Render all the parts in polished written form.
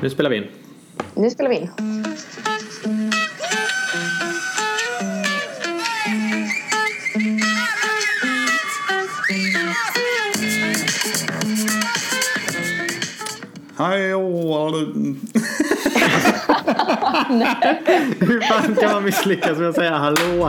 Nu spelar vi in. Nu spelar vi in. Hej. Hur fan kan man misslyckas med att säga hallå?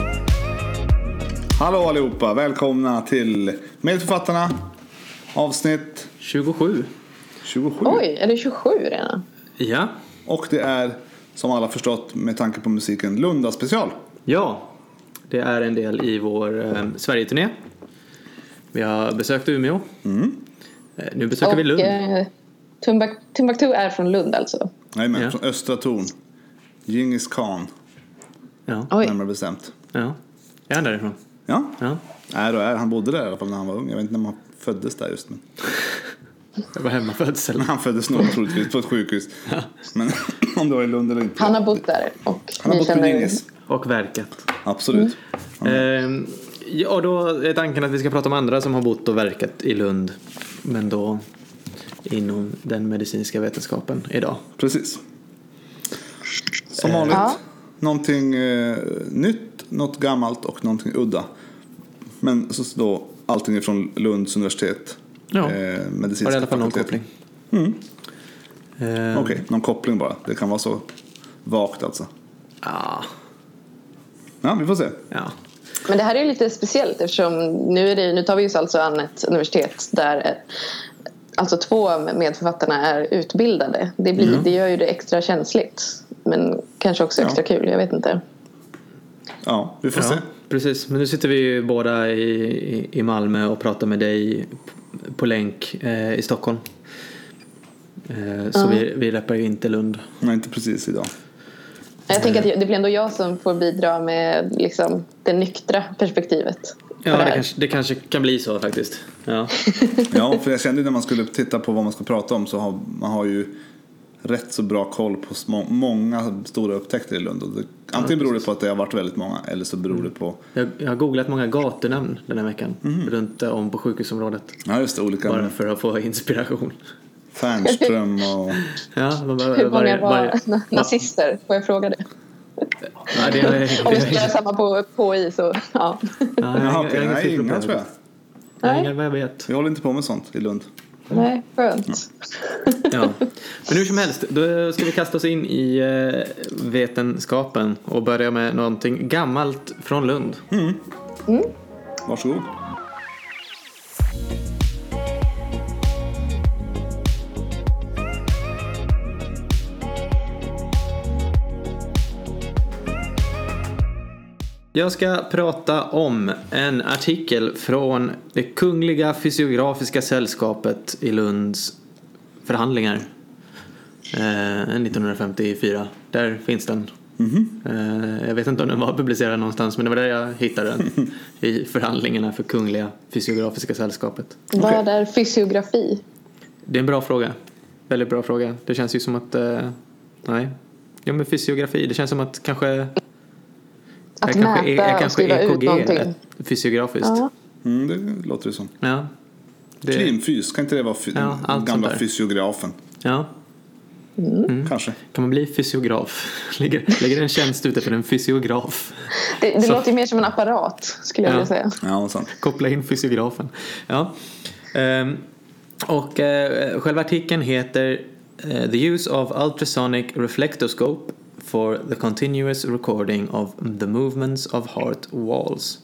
Hallå allihopa, välkomna till Medförfattarna. Avsnitt 27. 27. Oj, är det 27 redan? Ja. Och det är, som alla förstått med tanke på musiken, Lunda special. Ja, det är en del i vår Sverige-turné. Vi har besökt Umeå. Nu besöker vi Lund. Timbuktu är från Lund alltså. Nej, men Ja. från Östra Torn. Genghis Khan, Ja. Oj. närmare bestämt. Ja. Är han därifrån? Ja, Ja. han bodde där i alla fall när han var ung. Jag vet inte när man föddes där just, men Jag var hemmafödsel. han föddes nog troligtvis på ett sjukhus. Men om det var i Lund eller inte. Han har bott där och Han har bott på Genghis. Och verkat. Absolut. Ja, då är tanken att vi ska prata om andra som har bott och verkat i Lund. Men då inom den medicinska vetenskapen idag. Precis. Som vanligt. Ja. Någonting nytt, något gammalt och någonting udda. Men så då allting är från Lunds universitet. Ja. Medicinska Har det i alla fall någon fakulteten. koppling? Okej, någon koppling bara. Det kan vara så vagt alltså. Ja. Ja, vi får se. Ja. Men det här är lite speciellt eftersom nu tar vi oss alltså an ett universitet där alltså 2 medförfattarna är utbildade. Det gör ju det extra känsligt. Men kanske också extra kul, jag vet inte. Ja, vi får se. Precis, men nu sitter vi ju båda i Malmö och pratar med dig på länk i Stockholm. Så vi läppar ju inte Lund. Nej, inte precis idag. Jag tänker att det blir ändå jag som får bidra med liksom, det nyktra perspektivet. Ja, det kanske kan bli så faktiskt. Ja, Ja, för jag kände när man skulle titta på vad man ska prata om så har ju rätt så bra koll på många stora upptäckter i Lund. Och antingen beror det på att det har varit väldigt många eller så beror det på... Jag har googlat många gatunamn den här veckan runt om på sjukhusområdet. Ja, just det, olika... Bara för att få inspiration. Fernström och... Ja, Hur många var nazister? Får jag fråga det? Ja, Om vi ska göra samma på HI så ja. Nej, inga tror jag. Nej, vad jag vet. Vi håller inte på med sånt i Lund. Nej, skönt. Ja. Men hur som helst, då ska vi kasta oss in i vetenskapen och börja med någonting gammalt från Lund. Varsågod. Jag ska prata om en artikel från det Kungliga Fysiografiska Sällskapet i Lunds förhandlingar 1954. Där finns den. Jag vet inte om den var publicerad någonstans, men det var där jag hittade den i förhandlingarna för Kungliga Fysiografiska Sällskapet. Vad är fysiografi? Det är en bra fråga. Väldigt bra fråga. Det känns ju som att nej. Ja, men fysiografi, det känns som att kanske Att mäta och skriva ut någonting. Fysiografiskt. Ja. Det låter det som. Ja. Klimfys, kan inte det vara den gamla fysiografen? Ja. Kanske. Kan man bli fysiograf? Lägger en tjänst ute för en fysiograf. Det låter ju mer som en apparat, skulle jag vilja säga. Ja, sant. Koppla in fysiografen. Ja. Och själva artikeln heter The use of ultrasonic reflectoscope for the continuous recording of the movements of heart walls.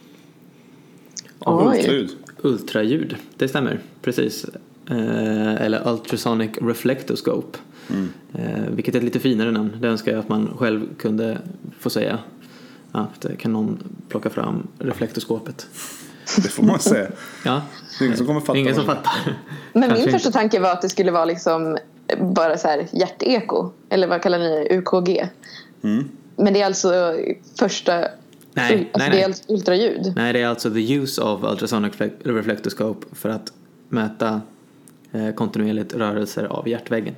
Ultraljud, det stämmer, precis. Eller ultrasonic reflectoscope. Vilket är ett lite finare namn. Det önskar jag att man själv kunde få säga. Att kan någon plocka fram reflektoskopet. Det får man säga. Ja. Det är ingen som kommer fatta. Ingen som fattar. Men min första tanke var att det skulle vara liksom bara så här hjärteko. Eller vad kallar ni det? UKG. Men det är alltså första... Nej. Det är alltså ultraljud. Nej, det är alltså the use of ultrasonic reflectoscope för att mäta kontinuerligt rörelser av hjärtväggen.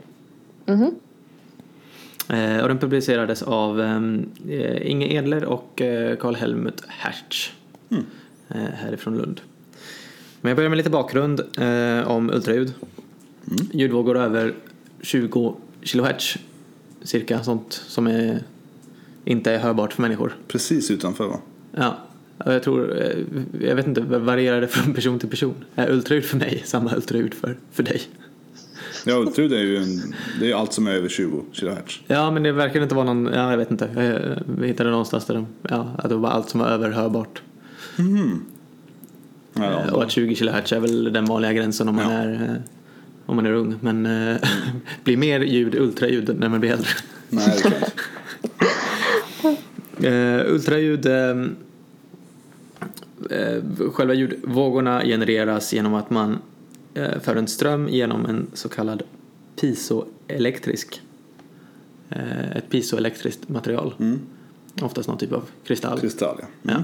Och den publicerades av Inge Edler och Carl Helmut Hertz härifrån Lund. Men jag börjar med lite bakgrund om ultraljud. Ljudvågor över 20 kHz cirka, sånt som inte är hörbart för människor. Precis utanför, va? Ja, och jag vet inte, varierar det från person till person? Är ultraljud för mig samma ultraljud för dig? Ja, ultraljud är ju det är allt som är över 20 kHz. Ja, men det verkar inte vara någon, jag vet inte. Jag hittade någonstans där att det var allt som var överhörbart. Ja, och att 20 kHz är väl den vanliga gränsen om man är ung. Men blir mer ljud ultraljud när man blir äldre. Nej, det är klart. Ultraljud, själva ljudvågorna genereras genom att man för en ström genom en så kallad ett piezoelektriskt material. Oftast någon typ av kristall. Ja.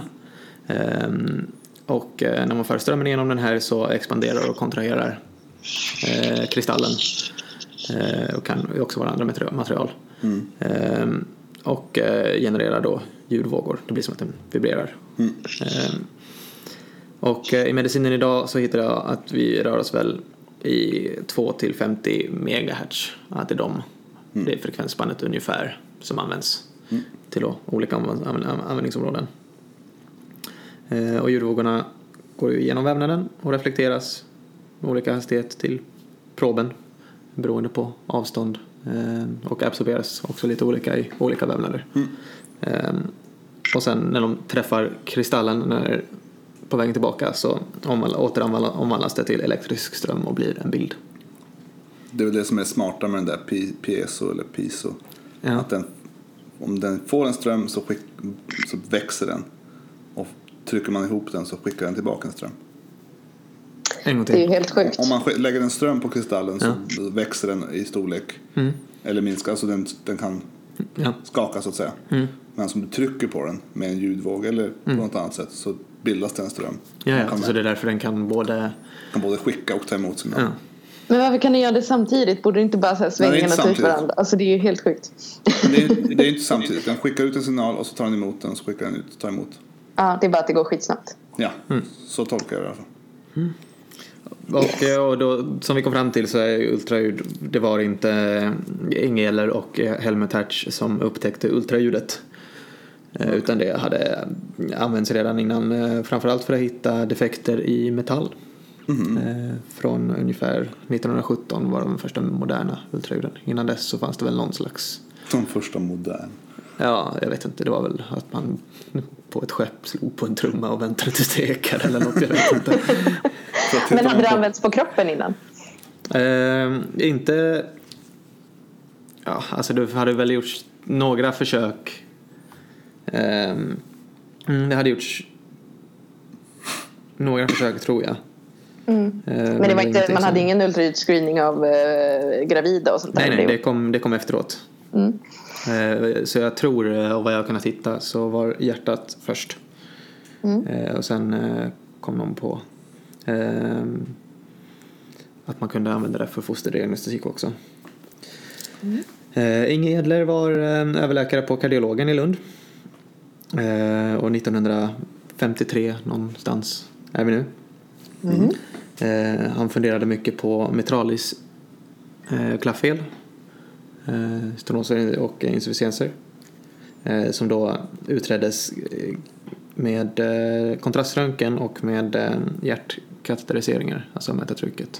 Och när man för strömmen genom den här så expanderar och kontraherar kristallen. Och kan också vara andra material. Och genererar då ljudvågor. Det blir som att den vibrerar. Och i medicinen idag så hittar jag att vi rör oss väl i 2-50 megahertz. Att det är det är frekvensspannet ungefär som används till då olika användningsområden. Och ljudvågorna går ju genom vävnaden och reflekteras med olika hastighet till proben beroende på avstånd, och absorberas också lite olika i olika vävnader. Och sen när de träffar kristallen när på vägen tillbaka så omvandlas det till elektrisk ström och blir en bild. Det är väl det som är smarta med den där piezo eller piso. Ja. Att om den får en ström så växer den. Och trycker man ihop den så skickar den tillbaka en ström. En gång till. Det är ju helt sjukt. Om man lägger en ström på kristallen så växer den i storlek. Eller minskar, alltså den kan skaka så att säga. Men som du trycker på den med en ljudvåg eller på något annat sätt så bildas det en ström. Ja, så det är därför den kan både skicka och ta emot signal. Ja. Men varför kan ni göra det samtidigt? Borde det inte bara så här svängarna ta ut varandra? Alltså det är ju helt sjukt. Men det är inte samtidigt. Den skickar ut en signal och så tar den emot den och så skickar den ut och tar emot. Ja, det är bara att det går skitsnabbt. Ja, så tolkar jag det i alla fall. Och då, som vi kom fram till så är ultraljud, det var inte Ingeler och Helmut Hertz som upptäckte ultraljudet. Utan det hade använts redan innan, framförallt för att hitta defekter i metall. Från ungefär 1917 var de första moderna ultraljuden. Innan dess så fanns det väl någon slags... De första moderna. Ja, jag vet inte. Det var väl att man på ett skepp slog på en trumma och väntade tills det ekade eller något, jag vet inte. Men hade det använts på kroppen innan? Inte... Ja, alltså det hade väl gjorts några försök. Det hade gjorts några försök, tror jag. Men det var inte, man hade ingen ultraljudsscreening av gravida och sånt där? Nej, det kom efteråt. Så jag tror, och vad jag har kunnat hitta, så var hjärtat först. Och sen kom de på att man kunde använda det för fosterdiagnostik också. Inge Edler var överläkare på kardiologen i Lund. Och 1953 någonstans är vi nu. Han funderade mycket på mitralis klafffel, stenoser och insufficienser, som då utreddes med kontraströntgen och med hjärtkateteriseringar, alltså mäta trycket.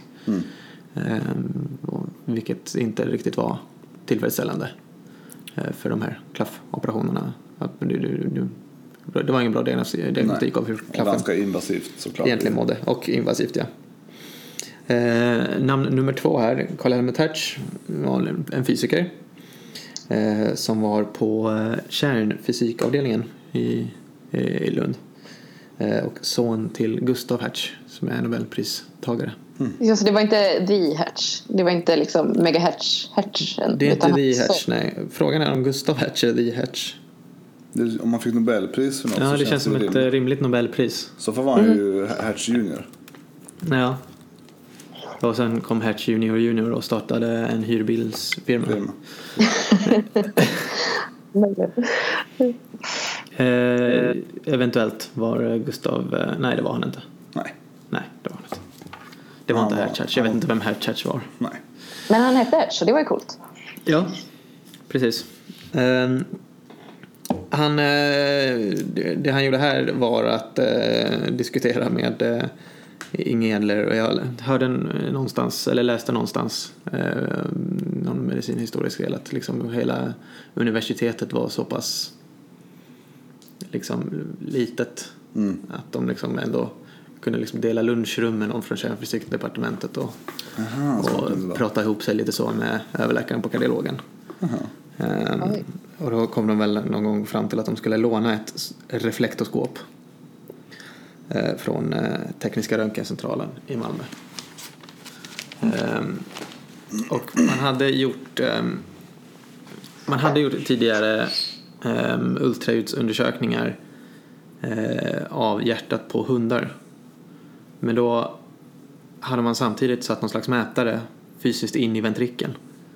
Vilket inte riktigt var tillfredsställande för de här klaffoperationerna. Det var ingen bra diagnostik av hur klaffen ganska invasivt såklart egentligen mådde, och invasivt, ja. Namn nummer 2 här, Carl Helmut Hertz, var en fysiker som var på kärnfysikavdelningen i Lund, och son till Gustav Hertz som är Nobelpristagare. Ja, så det var inte Hertz, det var inte liksom megahertz Hertzen. Det är inte Hertz, nej. Frågan är om Gustav Hertz är Hertz. Om man fick Nobelpris för något, ja, så det känns som ett rimligt Nobelpris. Så var han ju Hertz Junior. Ja. Och sen kom Hertz Junior och startade en hyrbilsfirma. Eventuellt var Gustav... nej, det var han inte. Nej, det var han inte. Det var inte Hertz. Jag vet inte vem Hertz var. Nej. Men han hette Edge, så det var ju coolt. Ja, precis. Det han gjorde här var att diskutera med Inge Edler, och jag hörde någonstans, eller läste någonstans någon medicinhistorisk del, att liksom hela universitetet var så pass liksom litet att de liksom ändå kunde liksom dela lunchrum med någon från kärnfysikdepartementet och prata ihop sig lite så med överläkaren på kardiologen. Och då kom de väl någon gång fram till att de skulle låna ett reflektoskop från Tekniska röntgencentralen i Malmö. Och man hade gjort tidigare ultraljudsundersökningar av hjärtat på hundar. Men då hade man samtidigt satt någon slags mätare fysiskt in i ventrikeln.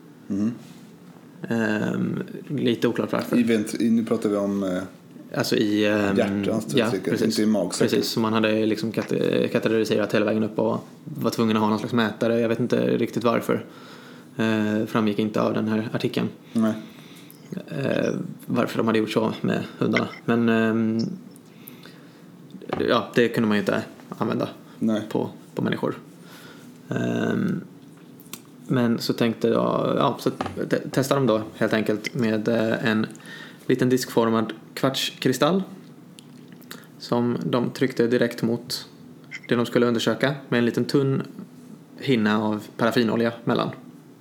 Lite oklart varför. Nu pratar vi om alltså i hjärtans inte i magsäcken. Precis, så man hade liksom kateteriserat hela vägen upp och var tvungen att ha någon slags mätare. Jag vet inte riktigt varför. Framgick inte av den här artikeln. Nej. Varför de hade gjort så med hundarna. Men ja, det kunde man ju inte använda på människor. Men så tänkte jag, så testade de då helt enkelt med en liten diskformad kvartskristall som de tryckte direkt mot det de skulle undersöka med en liten tunn hinna av paraffinolja mellan.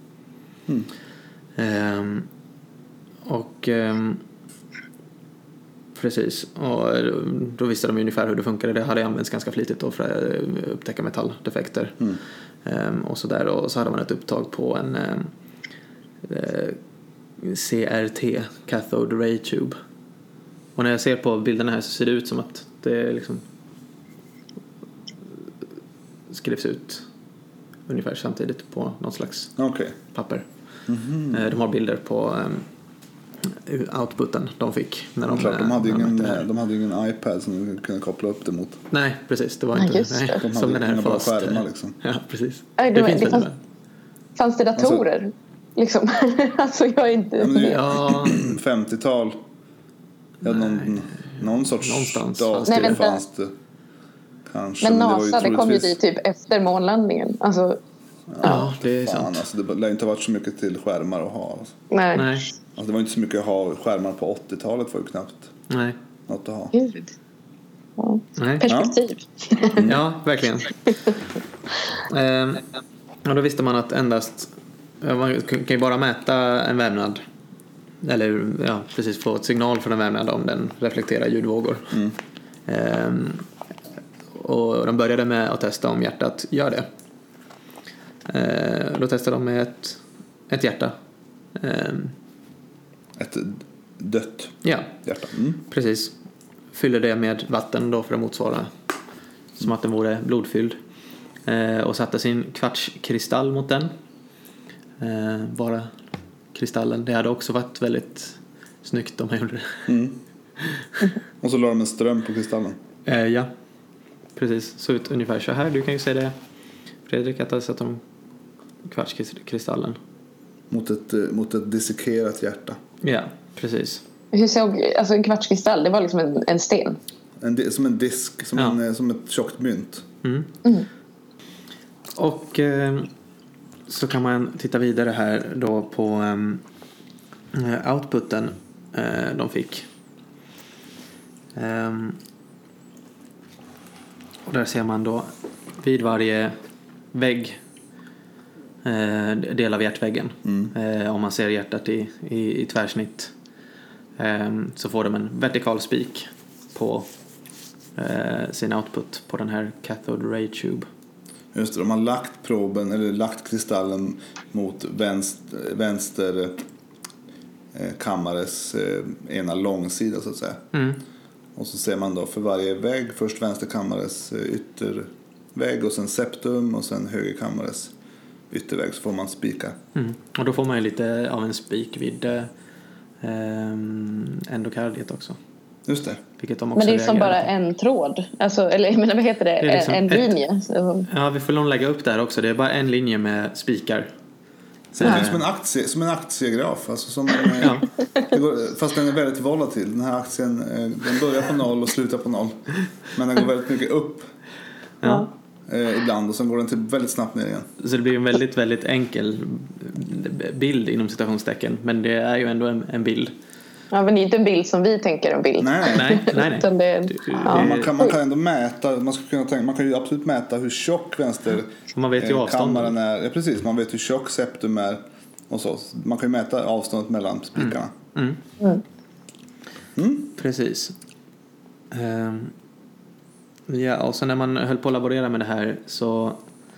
Precis, och då visste de ungefär hur det funkade. Det hade använts ganska flitigt då för att upptäcka metalldefekter. Och så där, och så hade man ett upptag på en CRT, Cathode Ray Tube. Och när jag ser på bilderna här så ser det ut som att det liksom skrivs ut ungefär samtidigt på något slags papper. De har bilder på outputen de fick när de hade ingen iPad som de kunde koppla upp det mot. Nej, precis, det var inte de som den här fast skärmar liksom. Ja, precis. Fanns det datorer alltså, liksom? Alltså jag är inte 50-tal. Någon sorts dator fanns det kanske. Men NASA, det kom ju dit typ efter månlandningen. Alltså ja, det är sant. Alltså, det lär inte ha varit så mycket till skärmar att ha. Alltså. Nej. Alltså, det var inte så mycket att ha skärmar på 80-talet, var ju knappt något att ha. Gud. Ja. Perspektiv. Ja, verkligen. Och då visste man att endast man kan ju bara mäta en vävnad, eller precis få ett signal från en vävnad om den reflekterar ljudvågor. Och de började med att testa om hjärtat gör det. Då testade de med ett hjärta. Ett dött hjärta. Precis. Fyllde det med vatten då för att motsvara som att den vore blodfylld. Och satte sin kvartskristall mot den. Bara kristallen. Det hade också varit väldigt snyggt om man gjorde det. Och så la de en ström på kristallen. Ja, precis. Så ut ungefär så här. Du kan ju se det, Fredrik, att jag satt om kvartskristallen mot ett dissekerat hjärta. Ja, precis. Hur såg alltså en kvartskristall? Det var liksom en sten. Som en disk, som ett tjockt mynt. Och så kan man titta vidare här då på outputen de fick. Och där ser man då vid varje vägg, del av hjärtväggen, om man ser hjärtat i tvärsnitt, så får de en vertikal spik på sin output på den här cathode ray tube. Just det, de har lagt proben eller lagt kristallen mot vänster kammares ena långsida så att säga. Och så ser man då för varje vägg först vänster kammares yttervägg och sen septum och sen höger kammares yttervägg, så får man spikar. Och då får man ju lite av en spik vid endokardiet också. Just det. Vilket de också men det är som bara på. En tråd. Alltså, eller jag menar, vad heter det? Liksom en linje. Ja, vi får nog lägga upp där också. Det är bara en linje med spikar Som en aktiegraf, alltså fast den är väldigt volatil. Den här aktien, den börjar på 0 och slutar på 0. Men den går väldigt mycket upp ibland och sen går den till väldigt snabbt ner igen. Så det blir en väldigt, väldigt enkel bild inom citationstecken, men det är ju ändå en bild. Ja, men det är inte en bild som vi tänker en bild. Nej. Man kan ändå mäta, man kan ju absolut mäta hur tjock vänsterkammaren är. Ja, precis, man vet hur tjock septum är och så. Man kan ju mäta avståndet mellan spikarna. Precis. Ja, och så när man höll på att laborera med det här så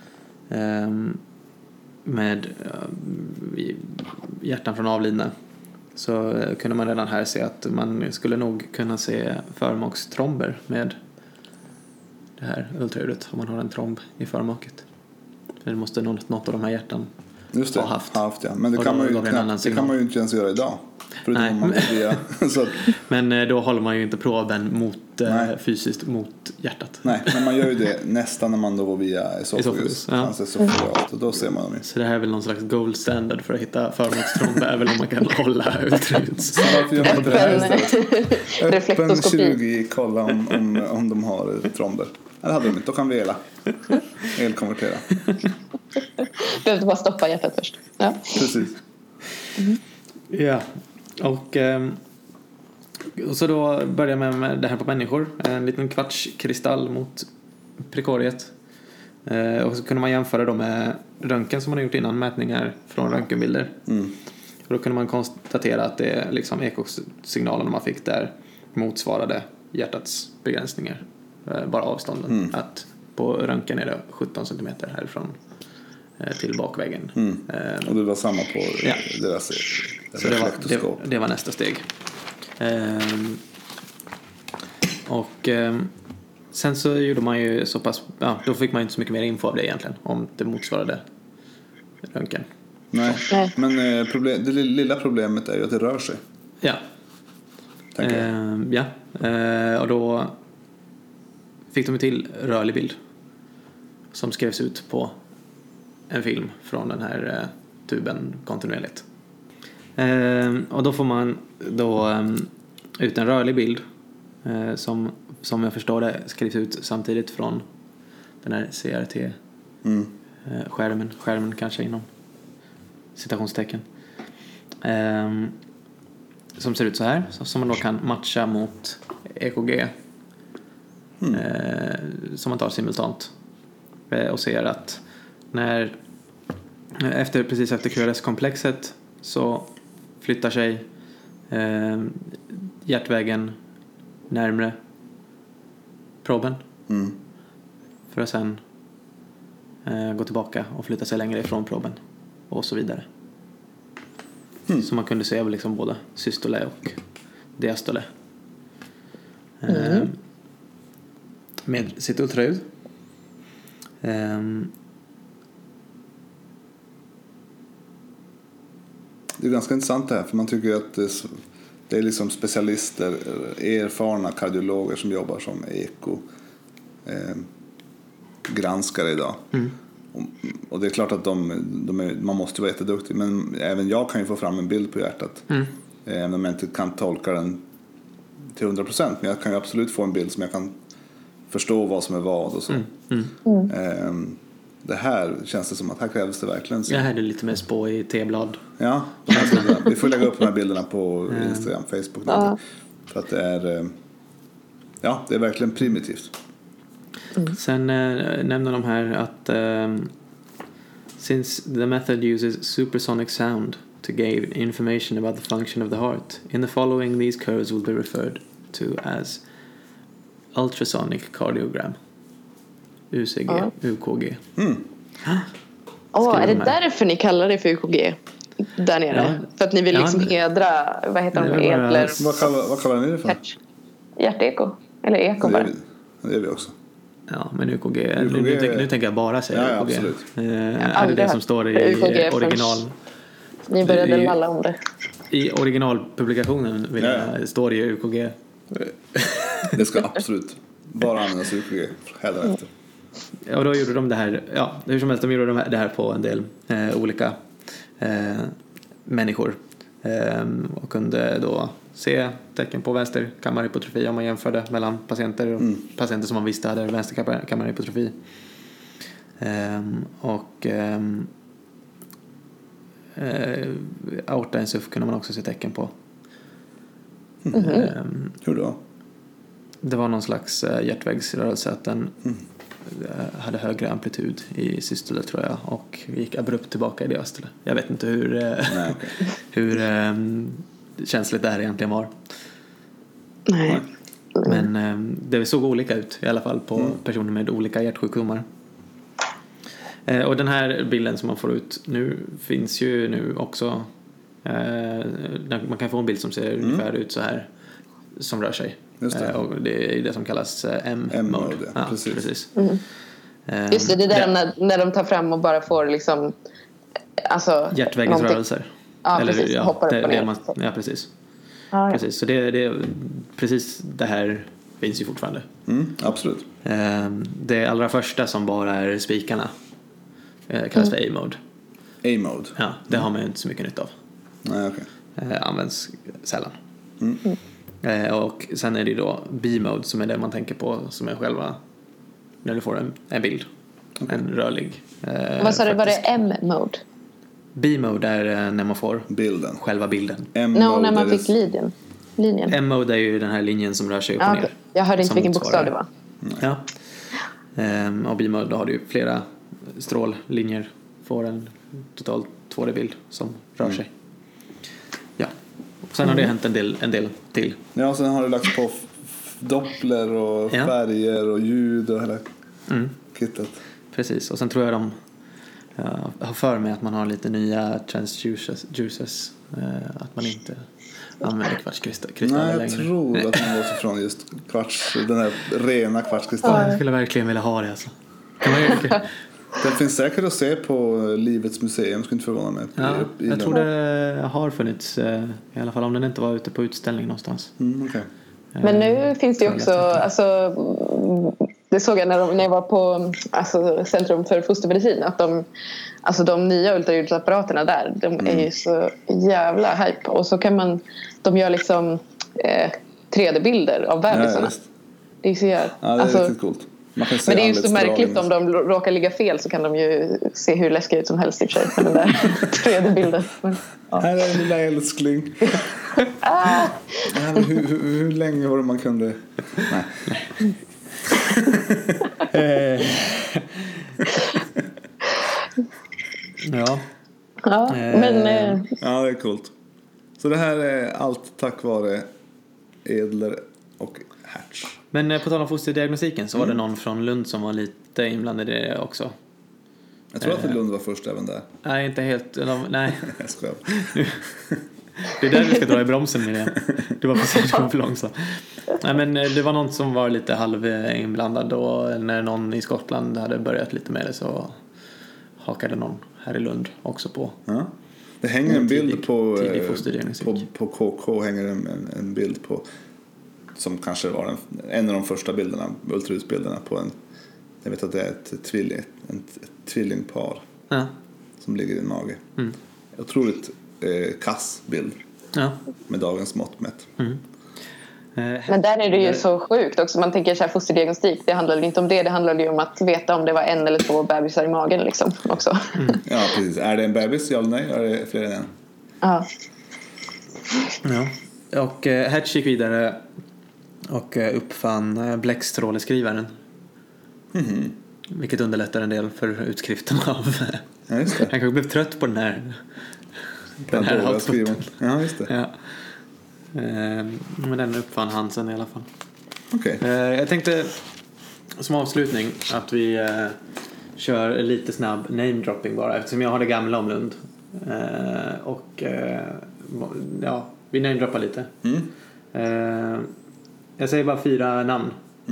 med hjärtan från avlidna, så kunde man redan här se att man skulle nog kunna se förmakstromber med det här ultraljudet om man har en tromb i förmaket. Det måste något av de här hjärtan ha haft. Ja. Men det kan man ju inte ens göra idag. Men då håller man ju inte proben fysiskt mot hjärtat. Nej, men man gör ju det nästan när man då går via esophagus. Då ser man dem. Så det här är väl någon slags gold standard för att hitta förmakstromber, även om man kan hålla ultraljud. Öppen 20, kolla om de har tromber. Eller hade de inte, då kan vi elkonvertera. Behövde bara stoppa hjärtat först. Ja. Precis. Ja, och så då börjar man med det här på människor. En liten kvartskristall mot prekoriet. Och så kunde man jämföra då med röntgen som man har gjort innan, mätningar från röntgenbilder. Och då kunde man konstatera att det liksom ekosignalerna man fick där motsvarade hjärtats begränsningar. Bara avstånden. Att på röntgen är det 17 cm härifrån till bakväggen. Och det var samma på deras reflektoskop. Det var nästa steg. Och sen så gjorde man ju så pass, då fick man inte så mycket mer info av det egentligen, om det motsvarade röntgen. Nej. Men det lilla problemet är ju att det rör sig. Ja. Och då fick de till rörlig bild som skrevs ut på en film från den här tuben kontinuerligt. Och då får man ut en rörlig bild som jag förstår det skrivs ut samtidigt från den här CRT skärmen kanske inom citationstecken, som ser ut så här, som man då kan matcha mot EKG som man tar simultant och ser att precis efter QRS-komplexet så flyttar sig hjärtvägen närmare proben för att sen gå tillbaka och flytta sig längre ifrån proben och så vidare. Så man kunde se liksom både systole och diastole med sitt ultraljud. Det är ganska intressant det här, för man tycker att det är liksom specialister, erfarna kardiologer som jobbar som granskare idag. Och det är klart att man måste vara jätteduktig, men även jag kan ju få fram en bild på hjärtat. Även om jag inte kan tolka den till 100%, men jag kan ju absolut få en bild som jag kan förstå vad som är vad och så. Det här känns det som att här krävs det verkligen. Jag hade lite mer spå i T-blad. Ja, vi får lägga upp de här bilderna på Instagram, Facebook. För att det är verkligen primitivt. Sen nämner de här att since the method uses supersonic sound to gain information about the function of the heart, in the following these curves will be referred to as ultrasonic cardiogram, UCG, UKG. Är det därför ni kallar det för UKG där nere? För att ni vill liksom hedra, vad heter de? Edler? Vad kallar ni det för? Hjärteko? Eller eko bara? Det är vi också. Ja, men UKG nu tänker jag bara säga UKG. Absolut. Är det som står i original? Ni började valla om det. I originalpublikationen står det ju UKG. Det ska absolut bara användas UKG hädanefter. Och då gjorde de det här, hur som helst, de gjorde det här på en del olika människor och kunde då se tecken på vänsterkammarhypotrofi om man jämförde mellan patienter och patienter som man visste hade vänsterkammarhypotrofi. Och aortainsuff kunde man också se tecken på. Hur då? Det var någon slags hjärtvägsrörelse, att den hade högre amplitud i systole, tror jag, och gick abrupt tillbaka i diastole. Jag vet inte hur känsligt det här egentligen var. Nej. Men det såg olika ut i alla fall på personer med olika hjärtsjukdomar. Och den här bilden som man får ut nu finns ju nu också. Man kan få en bild som ser ungefär ut så här, som rör sig. Just det. Och det är det som kallas M-mode. Ja, precis. Just det, det är där när de tar fram och bara får liksom, alltså, hjärtvägsrörelser. Ja, precis. Hoppar upp och ner. Ja, precis. Ja. Precis. Så det precis det här finns ju fortfarande. Absolut. Det allra första som bara är spikarna kallas för A-mode. A-mode. Ja, det har man ju inte så mycket nytta av. Nej, okej. Används sällan. Och sen är det då B-mode som är det man tänker på, som är själva när du får en bild. Okay. En rörlig. Vad sa du, var det M-mode? B-mode är när man får bilden. Själva bilden. När man fick linjen. M-mode är ju den här linjen som rör sig upp och ner. Okay. Jag hörde inte vilken bokstav det var. Ja. Och B-mode, då har du ju flera strållinjer. Får en totalt 2D-bild som rör sig. Ja. Och sen har det hänt en del till. Ja, sen har det lagts på doppler och färger och ljud och hela kittet. Precis, och sen tror jag har för mig att man har lite nya transducers, att man inte använder kvartskristaller längre. Nej, jag tror att man måste från just den här rena kvartskristallen. Jag skulle verkligen vilja ha det, alltså. Det finns säkert att se på Livets museum, skulle inte förvåna mig. Jag tror det har funnits, i alla fall om den inte var ute på utställning någonstans. Okay. Men nu finns det ju också, alltså, det såg jag när jag var på Centrum för fostermedicin, att de nya ultraljudsapparaterna där, de är ju så jävla hype. Och så kan de gör liksom 3D-bilder av bebisarna. Det är så jävla, det är riktigt coolt. Men det är ju så märkligt, om de råkar ligga fel så kan de ju se hur läskigt ut som helst i och för sig med den där 3D-bilden. Här är en lilla älskling. Hur länge var det man kunde... Nej. Men... Ja, det är coolt. Så det här är allt tack vare Edler och Hertz. Men på tal om fosterdiagnostiken så var det någon från Lund som var lite inblandad i det också. Jag tror att Lund var först även där. Nej, inte helt. Nej. Jag skojar. Det är där vi ska dra i bromsen med det. Du var precis för långsamt. Nej, men det var någon som var lite halv inblandad, och när någon i Skottland hade börjat lite med det så hakade någon här i Lund också på. Ja. Det hänger en bild på KK hänger en bild på, som kanske var en av de första bilderna, ultraljudsbilderna på jag vet att det är ett tvillingpar som ligger i en mage. Otroligt kass bild med dagens mått mätt. Men där är det ju så sjukt också. Man tänker så här, fosterdiagnostik, det handlar inte om det handlar ju om att veta om det var en eller två bebisar i magen liksom också. Ja, precis. Är det en bebis, ja eller nej? Är det fler än en? Ja. Och Hertz gick vidare och uppfann bläckstråleskrivaren. Vilket underlättar en del för utskriften av... Ja, just det. Han kanske blev trött på den här outputen. Ja, just det. Ja. Men den uppfann han sen i alla fall. Okay. Jag tänkte som avslutning att vi kör lite snabb name-dropping bara, eftersom jag har det gamla om Lund. Vi name-droppar lite. Jag säger bara 4 namn.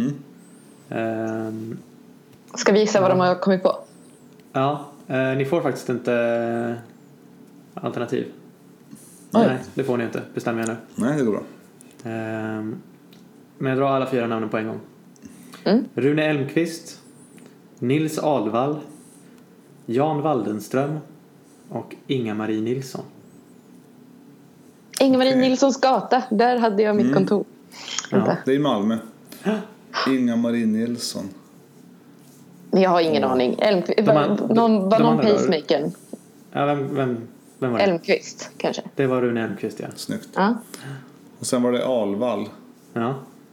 Ska vi gissa vad de har kommit på? Ja, ni får faktiskt inte alternativ. Nej, det får ni inte. Bestämmer jag nu. Nej, det går bra. Men jag drar alla 4 namnen på en gång. Rune Elmqvist, Nils Alvall, Jan Waldenström, och Inga-Marie Nilsson. Inga-Marie Nilssons gata. Där hade jag mitt kontor. Ja, det är i Malmö. Inga-Marie Nilsson. Jag har ingen aning. Var någon pacemakern? Ja, vem var det? Elmqvist kanske. Det var Rune Elmqvist, ja. Snyggt. Ja. Och sen var det Alvall. Ja.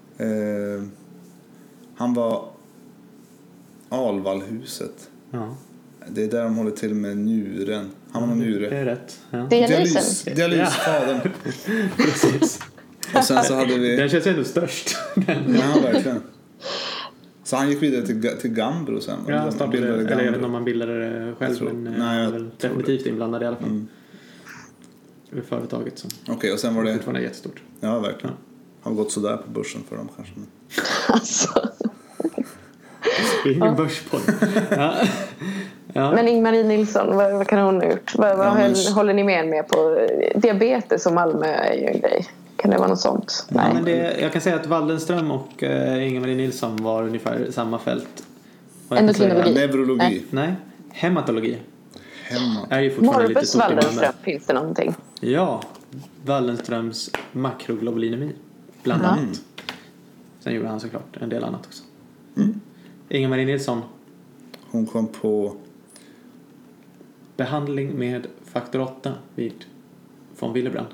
Han var Alvallhuset. Ja. Det är där de håller till med njuren. Han var någon njure. Det är rätt. Ja. Dialysfadern. Precis. Och sen så hade vi... Den känns ändå störst. Ja, verkligen. Så han gick vidare till Gambro sen. Ja, han startade, eller jag vet inte om man bildade det själv. Jag var definitivt inblandad i alla fall. I företaget som Okej, och sen var det... fortfarande jättestort. Ja, verkligen. Har gått sådär på börsen för dem kanske. Alltså. Det är ingen börspodd. Ja. Men Inga-Marie Nilsson, vad kan hon ha gjort? Vad håller ni med på? Diabetes och Malmö är ju en grej. Kan det vara något sånt? Nej. Men jag kan säga att Waldenström och Inga-Marie Nilsson var ungefär samma fält. Endokrinologi? Neurologi? Nej, hematologi. Är ju fortfarande lite stort. Waldenström, finns det någonting? Ja, Waldenströms makroglobulinemi bland annat. Sen gjorde han såklart en del annat också. Inga-Marie Nilsson. Hon kom på behandling med faktor 8 vid von Willebrand.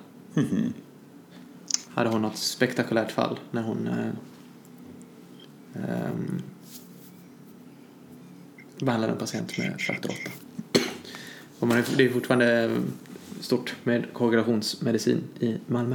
Hade hon något spektakulärt fall när hon behandlade en patient med faktor 8. Och det är fortfarande stort med koagulationsmedicin i Malmö.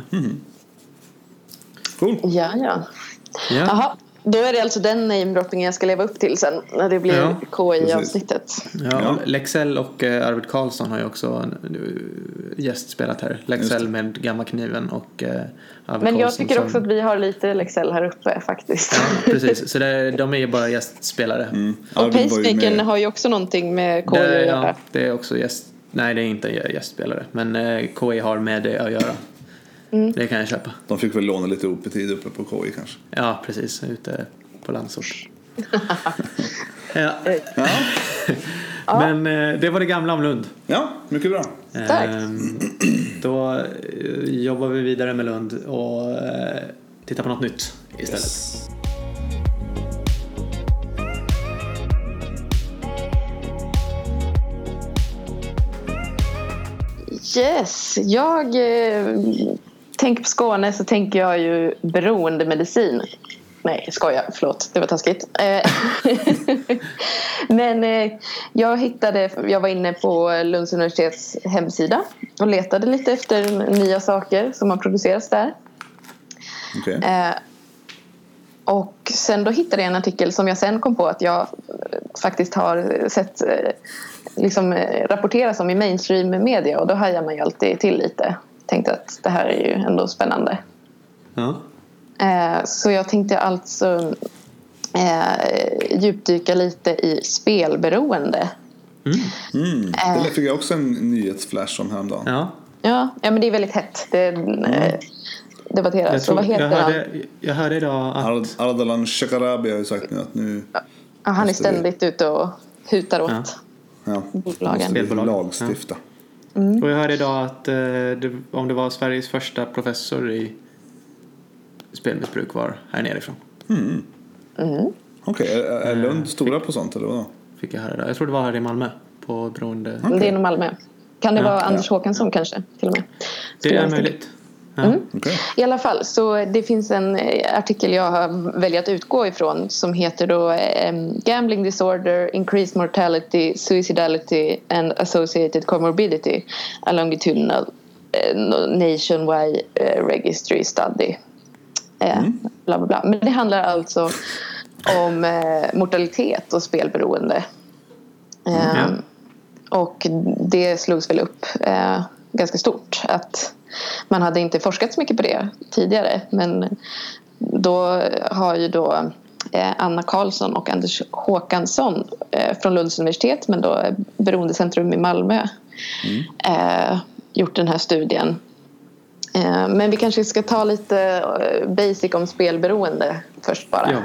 Cool. Ja. Jaha. Då är det alltså den namedroppingen jag ska leva upp till sen när det blir KI-avsnittet. Ja, Lexell och Arvid Karlsson har ju också gästspelat här. Lexell med Gamma kniven och Arvid Men jag Karlsson tycker också att vi har lite Lexell här uppe faktiskt. Ja, precis. Så de är ju bara gästspelare. Och pacemakern har ju också någonting med KI att göra. Ja, det är också Nej, det är inte gästspelare. Men KI har med det att göra. Det kan jag köpa. De fick väl låna lite OP-tid uppe på KI kanske. Ja, precis. Ute på landsort. Men det var det gamla om Lund. Ja, mycket bra. Då jobbar vi vidare med Lund och tittar på något nytt istället. Yes, jag tänker på Skåne så tänker jag ju beroendemedicin. Nej, jag skojar, förlåt, det var taskigt. Men jag var inne på Lunds universitets hemsida och letade lite efter nya saker som har producerats där. Okay. Och sen då hittade jag en artikel som jag sen kom på att jag faktiskt har sett rapporteras om i mainstream media, och då hajar man ju alltid till lite. Tänkte att det här är ju ändå spännande. Ja. Så jag tänkte alltså djupdyka lite i spelberoende. Det fick jag också en nyhetsflash om häromdagen. Ja, men det är väldigt hett. Det debatteras. Så vad heter han? Jag hörde idag att Ardalan Shekarabi har ju sagt nu att nu... han är ständigt ute och hutar åt bolagen. Lagstifta. Och jag hörde idag att om det var Sveriges första professor i spelmissbruk var här nerifrån. Okej, är Lund stora på sånt eller vad? Fick jag höra. Jag tror det var här i Malmö på beroende. Det är nog Malmö. Kan det vara Anders Håkansson kanske till och med? Det är möjligt. Okay. I alla fall, så det finns en artikel jag har valt att utgå ifrån som heter då Gambling Disorder, Increased Mortality, Suicidality and Associated Comorbidity, a longitudinal nationwide registry study. Bla bla bla. Men det handlar alltså om mortalitet och spelberoende. Och det slogs väl upp ganska stort att man hade inte forskat så mycket på det tidigare, men då har ju då Anna Karlsson och Anders Håkansson från Lunds universitet, men då Beroendecentrum i Malmö gjort den här studien. Men vi kanske ska ta lite basic om spelberoende först bara.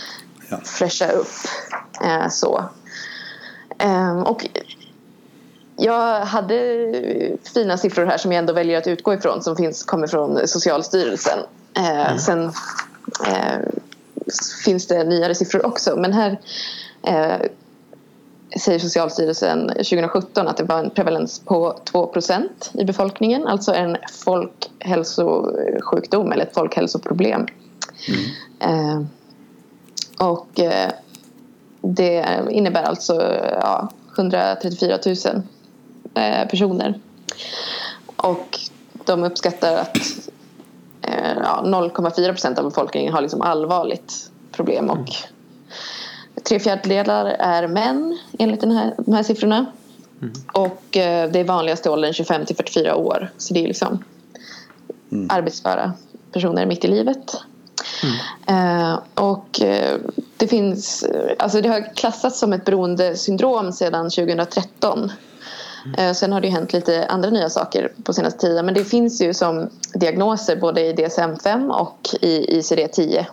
Fräscha upp så. Och Jag hade fina siffror här som jag ändå väljer att utgå ifrån, som kommer från Socialstyrelsen. Sen finns det nyare siffror också, men här säger Socialstyrelsen 2017 att det var en prevalens på 2% i befolkningen, alltså en folkhälsosjukdom eller ett folkhälsoproblem. Och det innebär alltså 134 000 personer. Och de uppskattar att 0,4% av befolkningen har liksom allvarligt problem, och 3/4 är män enligt de här siffrorna. Och det är vanligaste åldern 25 till 44 år, så det är liksom arbetsföra personer mitt i livet. Och det finns, alltså det har klassats som ett beroendesyndrom sedan 2013. Sen har det ju hänt lite andra nya saker på senaste tiden, men det finns ju som diagnoser både i DSM-5 och i ICD-10.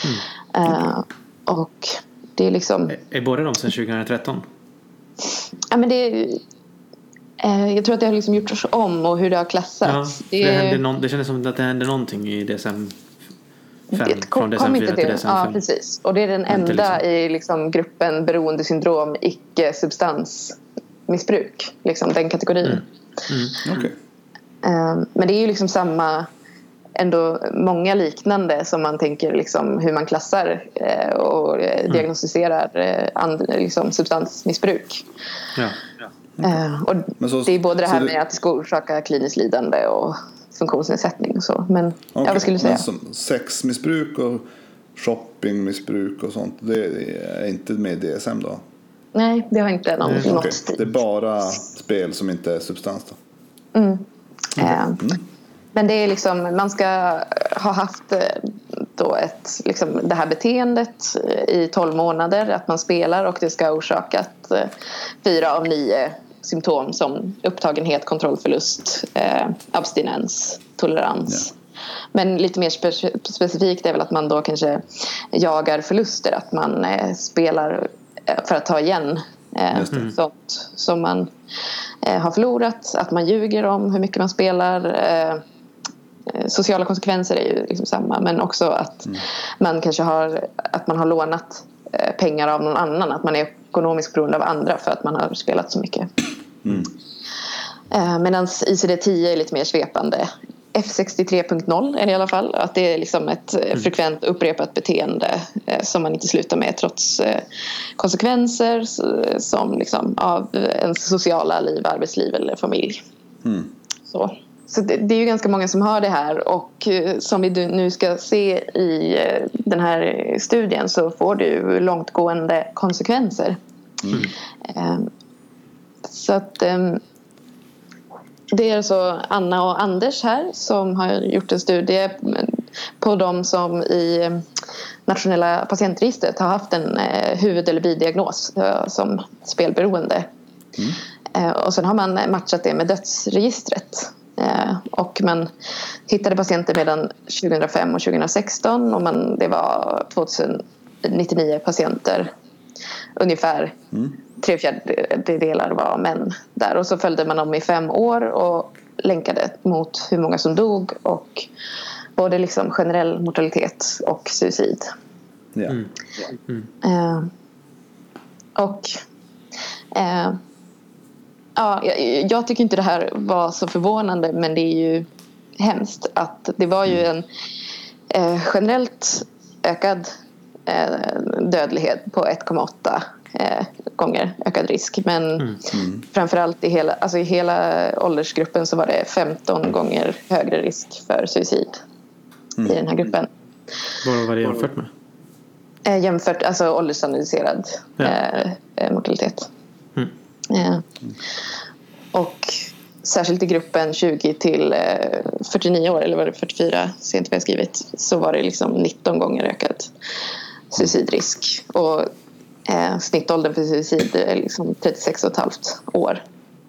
Och det är liksom... Är båda de sedan 2013? Ja, men jag tror att det har liksom gjorts om, och hur det har klassats. Det kändes som att det hände någonting i DSM-5 från DSM-4 till DSM-5. Ja, precis. Och det är den enda i liksom gruppen beroendesyndrom, icke-substansmissbruk, liksom den kategorin. Okay. Men det är ju liksom samma, ändå många liknande som man tänker liksom hur man klassar och diagnostiserar liksom substansmissbruk. Och det är både det här med att det ska orsaka kliniskt lidande och funktionsnedsättning och så. Men vad skulle du säga? Som sexmissbruk och shoppingmissbruk och sånt, det är inte med DSM då? Nej, det har inte något Det är bara spel som inte är substans då? Men det är liksom, man ska ha haft då liksom det här beteendet i 12 månader, att man spelar, och det ska ha orsakat 4 av 9 symptom som upptagenhet, kontrollförlust, abstinens, tolerans. Men lite mer specifikt är väl att man då kanske jagar förluster, att man spelar för att ta igen sånt som man har förlorat, att man ljuger om hur mycket man spelar. Sociala konsekvenser är ju liksom samma, men också att man kanske har lånat pengar av någon annan, att man är ekonomiskt beroende av andra för att man har spelat så mycket. Medan ICD-10 är lite mer svepande. F63.0 är det i alla fall, att det är liksom ett frekvent upprepat beteende som man inte slutar med trots konsekvenser som liksom av ens sociala liv, arbetsliv eller familj. Så det är ju ganska många som har det här, och som vi nu ska se i den här studien så får det ju långtgående konsekvenser. Så att det är alltså Anna och Anders här som har gjort en studie på de som i nationella patientregistret har haft en huvud- eller bidiagnos som spelberoende. Och sen har man matchat det med dödsregistret. Och man hittade patienter mellan 2005 och 2016, och det var 2099 patienter. Ungefär 3/4 var män där, och så följde man dem i 5 år och länkade mot hur många som dog, och både liksom generell mortalitet och suicid. Jag tycker inte det här var så förvånande, men det är ju hemskt att det var ju en generellt ökad dödlighet på 1,8 gånger ökad risk, men framförallt i hela åldersgruppen så var det 15 gånger högre risk för suicid i den här gruppen. Vad var det jämfört med? Alltså åldersstandardiserad mortalitet. Och särskilt i gruppen 20 till 49 år, eller var det 44, sent vad jag skrivit, så var det liksom 19 gånger ökad suicidrisk, och snittåldern för suicid är liksom 36,5 år.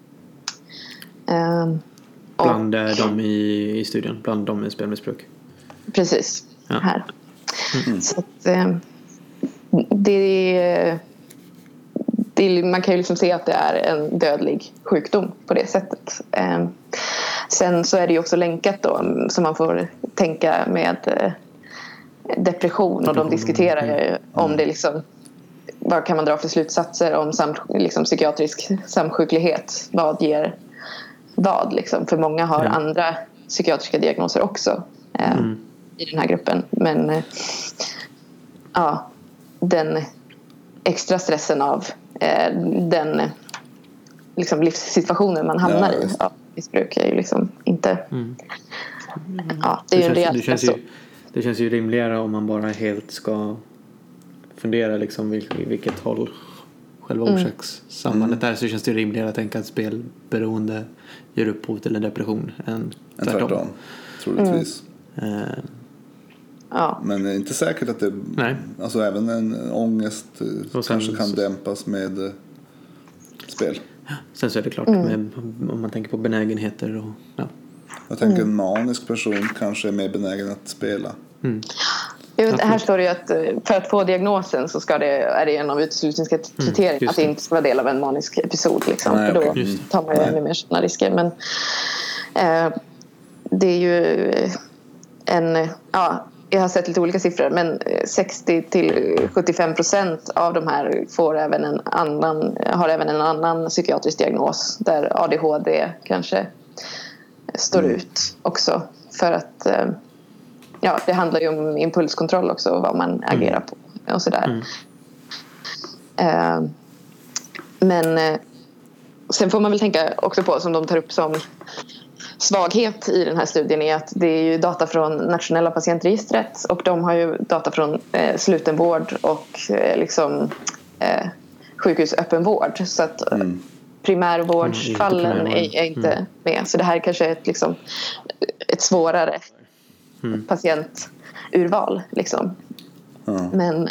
Bland de i studien, bland de med spelmissbruk. Precis, här. Så att, det man kan ju liksom se att det är en dödlig sjukdom på det sättet. Sen så är det ju också länkat då, som man får tänka med depression, och de diskuterar ju om det liksom, vad kan man dra för slutsatser om liksom psykiatrisk samsjuklighet, vad ger vad liksom, för många har andra psykiatriska diagnoser också i den här gruppen, men den extra stressen av den liksom livssituationen man hamnar i av missbruk är ju liksom inte det är ju en reell det känns ju rimligare om man bara helt ska fundera liksom vilket håll själva orsakssambandet är, så känns det rimligare att tänka att spelberoende ger upphov till en depression än tvärtom. Troligtvis. Men det är inte säkert att det... Nej. Alltså även en ångest kanske kan dämpas med spel. Sen så är det klart om man tänker på benägenheter och jag tänker en manisk person kanske är mer benägen att spela. Här står det ju att för att få diagnosen så är det en av uteslutningskriterierna att det inte ska vara del av en manisk episod liksom. Nej, för då tar man ju ännu mer sådana risker. Men det är ju jag har sett lite olika siffror, men 60-75% av de här har även en annan psykiatrisk diagnos, där ADHD kanske står ut också, för att det handlar ju om impulskontroll också, och vad man agerar på och sådär. Men sen får man väl tänka också på, som de tar upp som svaghet i den här studien, är att det är ju data från nationella patientregistret, och de har ju data från slutenvård och sjukhusöppenvård, så att primärvårdsfallen är inte med. Så det här kanske är ett svårare patienturval liksom. Men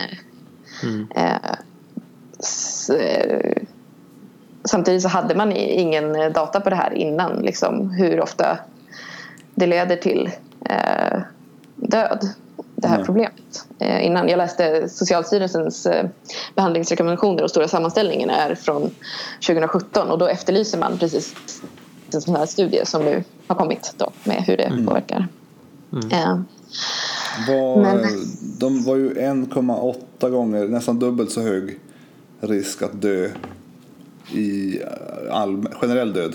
samtidigt så hade man ingen data på det här innan, liksom, hur ofta det leder till död, det här problemet. Innan jag läste Socialstyrelsens behandlingsrekommendationer, och stora sammanställningen är från 2017, och då efterlyser man precis en sån här studie som nu har kommit då, med hur det påverkar. De var ju 1,8 gånger, nästan dubbelt så hög risk att dö i generell död.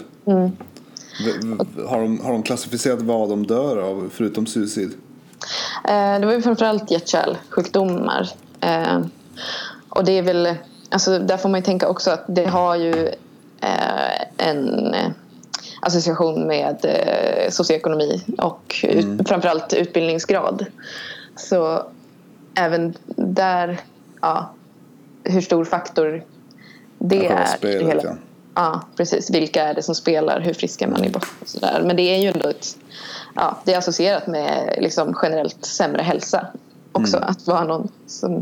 Har de klassificerat vad de dör av förutom suicid? Det var ju framförallt hjärt-kärlsjukdomar. Och det är väl, alltså, där får man ju tänka också att det har ju en association med socioekonomi och framförallt utbildningsgrad. Så även där, hur stor faktor det är spelet, i hela. Ja, precis. Vilka är det som spelar? Hur frisk är man i botten och sådär. Men det är ju ändå det är associerat med liksom generellt sämre hälsa också, att vara någon som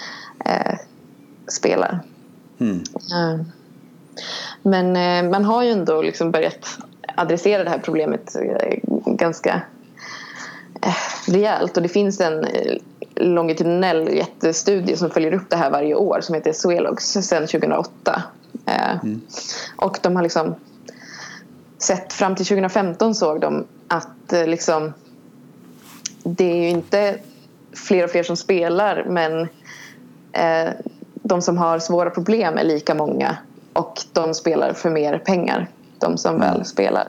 spelar. Men man har ju ändå liksom börjat adressera det här problemet ganska rejält, och det finns en longitudinell jättestudie som följer upp det här varje år, som heter Suelogs, sedan 2008. Och de har liksom sett fram till 2015, såg de att liksom, det är ju inte fler och fler som spelar, men de som har svåra problem är lika många, och de spelar för mer pengar, de som väl spelar.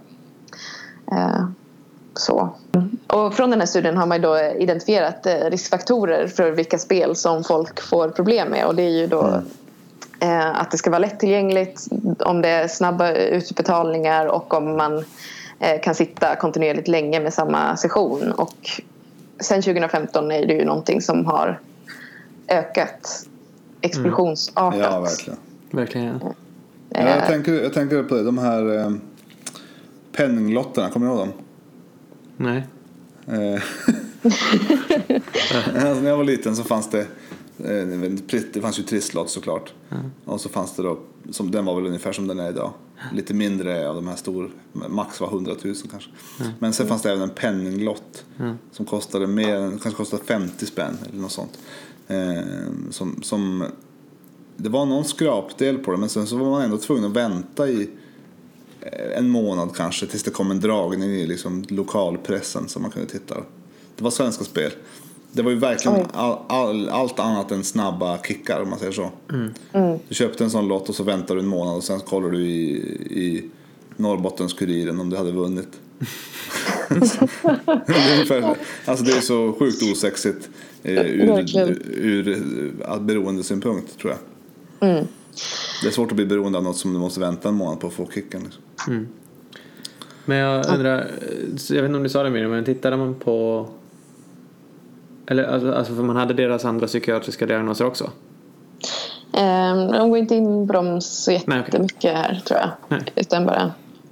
Så. Och från den här studien har man då identifierat riskfaktorer för vilka spel som folk får problem med, och det är ju då att det ska vara lättillgängligt, om det är snabba utbetalningar, och om man kan sitta kontinuerligt länge med samma session. Och sen 2015 är det ju någonting som har ökat explosionsartat. Ja, verkligen. Jag tänker på det, de här penninglotterna, kommer du ihåg dem? Nej. När jag var liten så fanns det fanns ju trisslott såklart. Och så fanns det då, som den var väl ungefär som den är idag, lite mindre av de här stor, max var 100 000 kanske. Men sen fanns det även en penninglott som kostade mer, kanske kostade 50 spänn eller något sånt, som det var någon skrapdel på det, men sen så var man ändå tvungen att vänta i en månad kanske tills det kom en dragning i liksom lokalpressen som man kunde titta. Det var Svenska Spel. Det var ju verkligen allt annat än snabba kickar, om man säger så. Du köpte en sån lott och så väntar du en månad och sen kollar du i Norrbottens-Kuriren om du hade vunnit. Alltså det är så sjukt osexigt ur beroendesynpunkt, tror jag. Det är svårt att bli beroende av något som du måste vänta en månad på att få kicken liksom. Men jag undrar, jag vet inte om du sa det mer, men tittade man på, eller alltså för man hade deras andra psykiatriska diagnoser också? De går inte in på dem så jättemycket här, tror jag. Nej. Utan bara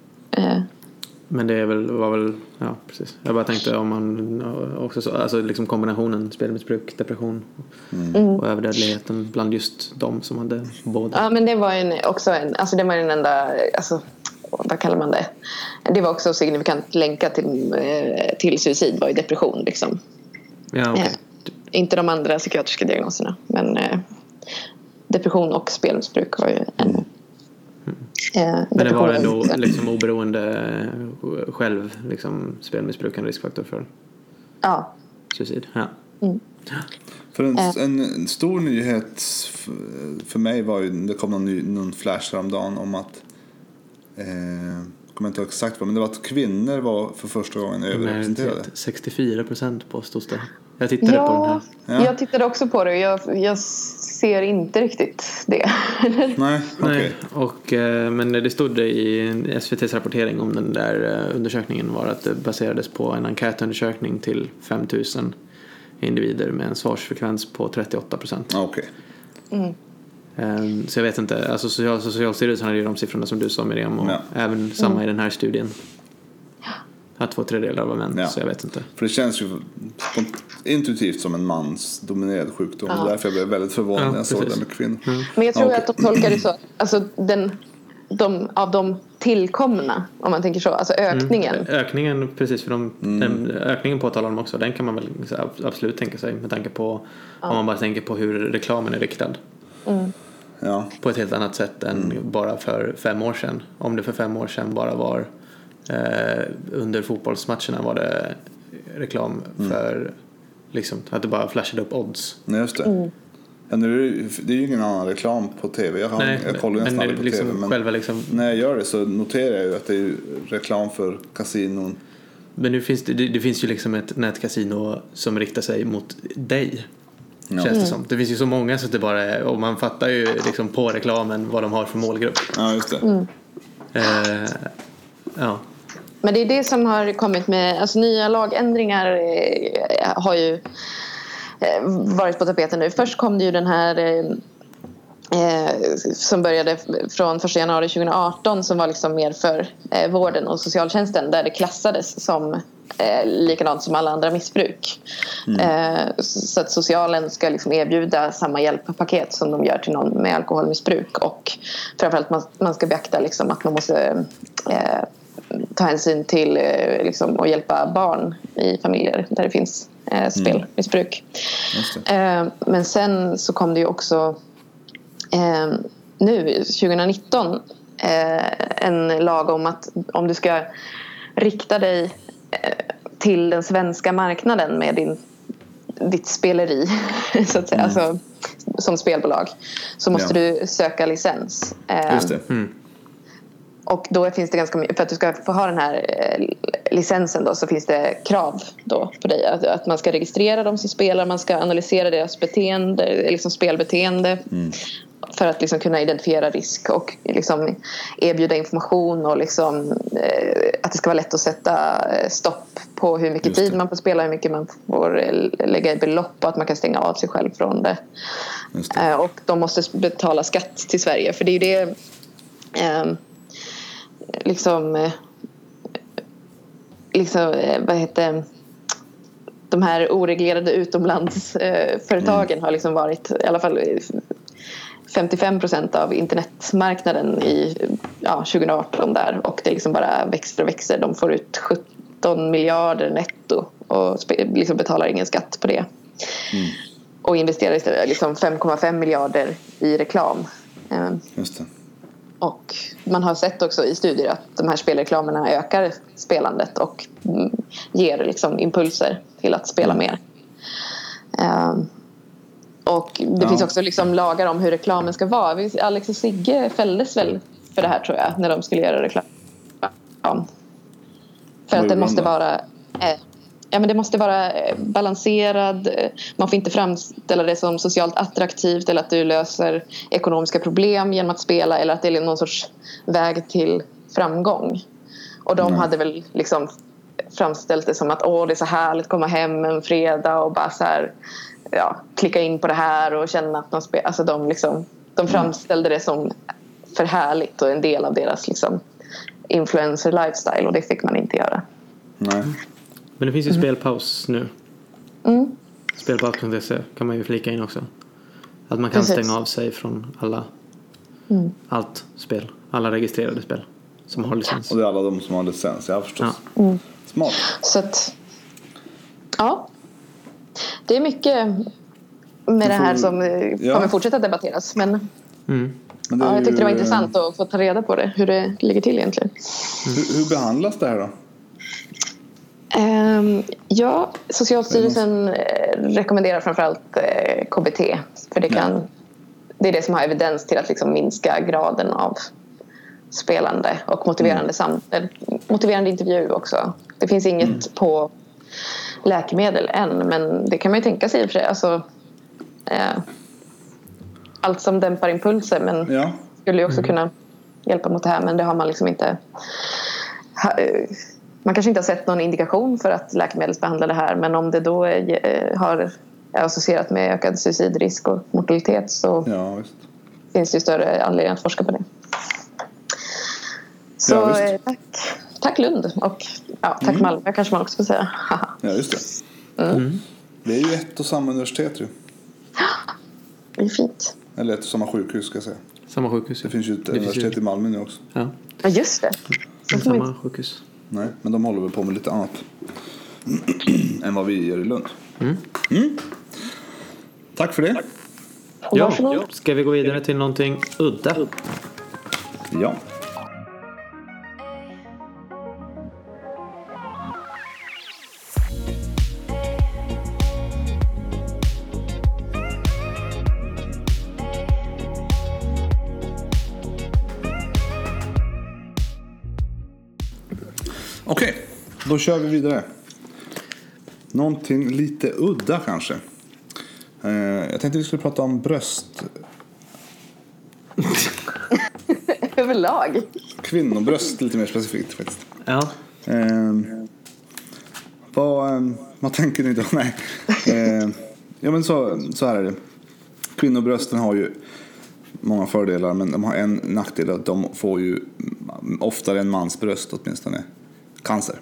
men det var väl ja, precis. Jag bara tänkte om man också så, alltså liksom kombinationen spelmissbruk, depression och överdödligheten bland just de som hade båda. Ja, men det var alltså det var den enda, alltså vad kallar man det? Det var också signifikant länkat till suicid, var ju depression liksom. Ja, okay. Inte de andra psykiatriska diagnoserna, men depression och spelmissbruk var ju en. Men det var ändå liksom oberoende själv liksom spelmissbruk en riskfaktor för suicid. Ja. För en stor nyhet för mig var ju, det kom någon flash häromdagen om att kommer inte ihåg exakt vad, men det var att kvinnor var för första gången överrepresenterade. 64% påstås det. Jag tittade på den här. Ja. Jag tittade också på det. Jag ser inte riktigt det. Nej, okej. Okay. Men det stod i SVT:s rapportering om den där undersökningen var att det baserades på en enkätundersökning till 5000 individer med en svarsfrekvens på 38%. Okej. Så jag vet inte, alltså Socialstyrelsen hade ju de siffrorna som du sa, Miriam, och även samma i den här studien. Att 2/3 var män, så jag vet inte. För det känns ju intuitivt som en mansdominerad sjukdom. Och därför jag blev väldigt förvånad när jag såg det med kvinnor. Men jag tror att de tolkar det så, alltså av de tillkomna, om man tänker så, alltså ökningen. Ökningen, precis, för den ökningen påtalar de också. Den kan man väl absolut tänka sig med tanke på om man bara tänker på hur reklamen är riktad. På ett helt annat sätt än bara för 5 år sedan. Om det för 5 år sedan bara var under fotbollsmatcherna var det reklam för liksom att det bara flashade upp odds. Nej, just det. Ja, nu, det är ju ingen annan reklam på tv. Jag kollar nästan aldrig på liksom tv, men själva när jag gör det så noterar jag ju att det är reklam för kasinon. Men nu finns det finns ju liksom ett nätkasino som riktar sig mot dig. Känns det som. Det finns ju så många så att det bara är, och man fattar ju liksom på reklamen vad de har för målgrupp. Ja, just det. Men det är det som har kommit med, alltså nya lagändringar har ju varit på tapeten nu. Först kom det ju den här som började från 1 januari 2018 som var liksom mer för vården och socialtjänsten, där det klassades som likadant som alla andra missbruk. Så att socialen ska liksom erbjuda samma hjälppaket som de gör till någon med alkoholmissbruk, och framförallt man ska beakta liksom att man måste ta hänsyn till liksom, och hjälpa barn i familjer där det finns spelmissbruk. Men sen så kom det ju också nu 2019 en lag om att om du ska rikta dig till den svenska marknaden med ditt speleri så att säga, alltså, som spelbolag, så måste du söka licens. Just det. Och då finns det ganska mycket, för att du ska få ha den här licensen då, så finns det krav då på dig att man ska registrera dem som spelar, man ska analysera deras beteende, liksom spelbeteende, för att liksom kunna identifiera risk och liksom erbjuda information och liksom, att det ska vara lätt att sätta stopp på hur mycket tid man får spela, hur mycket man får lägga i belopp, och att man kan stänga av sig själv från det. Och de måste betala skatt till Sverige, för det är ju det liksom vad heter de här oreglerade utomlandsföretagen har liksom varit i alla fall 55% av internetmarknaden i 2018 där, och det liksom bara växer och växer. De får ut 17 miljarder netto och liksom betalar ingen skatt på det. och investerar istället liksom 5,5 miljarder i reklam. Just det. Och man har sett också i studier att de här spelreklamerna ökar spelandet och ger liksom impulser till att spela mer. Och det finns också liksom lagar om hur reklamen ska vara. Alex och Sigge fälldes väl för det här, tror jag, när de skulle göra reklam. För att det måste vara men det måste vara balanserad. Man får inte framställa det som socialt attraktivt eller att du löser ekonomiska problem genom att spela, eller att det är någon sorts väg till framgång. Och de hade väl liksom framställt det som att det är så härligt att komma hem en fredag och bara så här, klicka in på det här och känna att de spelar. Alltså de framställde det som för härligt och en del av deras liksom influencer lifestyle, och det fick man inte göra. Nej. Men det finns ju spelpaus nu. Spelpaus.se kan man ju flika in också. Att man kan stänga av sig från allt spel. Alla registrerade spel som har licens. Och det är alla de som har licens, förstås. Smart. Så att, det är mycket med det här som kommer fortsätta debatteras. Men jag tyckte det var intressant att få ta reda på det. Hur det ligger till egentligen. Hur behandlas det här då? Socialstyrelsen rekommenderar framförallt KBT. För det är det som har evidens till att liksom minska graden av spelande och motiverande intervju också. Det finns inget på läkemedel än, men det kan man ju tänka sig i och för sig. Alltså, allt som dämpar impulser, men skulle ju också kunna hjälpa mot det här, men det har man liksom inte. Man kanske inte har sett någon indikation för att läkemedelsbehandla det här, men om det då är associerat med ökad suicidrisk och mortalitet, så finns det ju större anledning att forska på det. Så tack Lund, och tack Malmö kanske man också får säga. Ja, just det. Det är ju ett och samma universitet ju. Det är fint. Eller ett och samma sjukhus, ska jag säga. Samma sjukhus. Det finns ju ett universitet i Malmö nu också. Ja, just det. Samma sjukhus. Nej, men de håller väl på med lite annat än vad vi gör i Lund. Tack för det. Ja, ska vi gå vidare till någonting udda? Ja. Okej, då kör vi vidare. Någonting lite udda kanske. Jag tänkte vi skulle prata om bröst. Överlag. Kvinnobröst lite mer specifikt faktiskt. Ja. Vad tänker ni då? Nej. Men så här är det. Kvinnobrösten har ju många fördelar, men de har en nackdel, att de får ju oftare än mans bröst åtminstone cancer.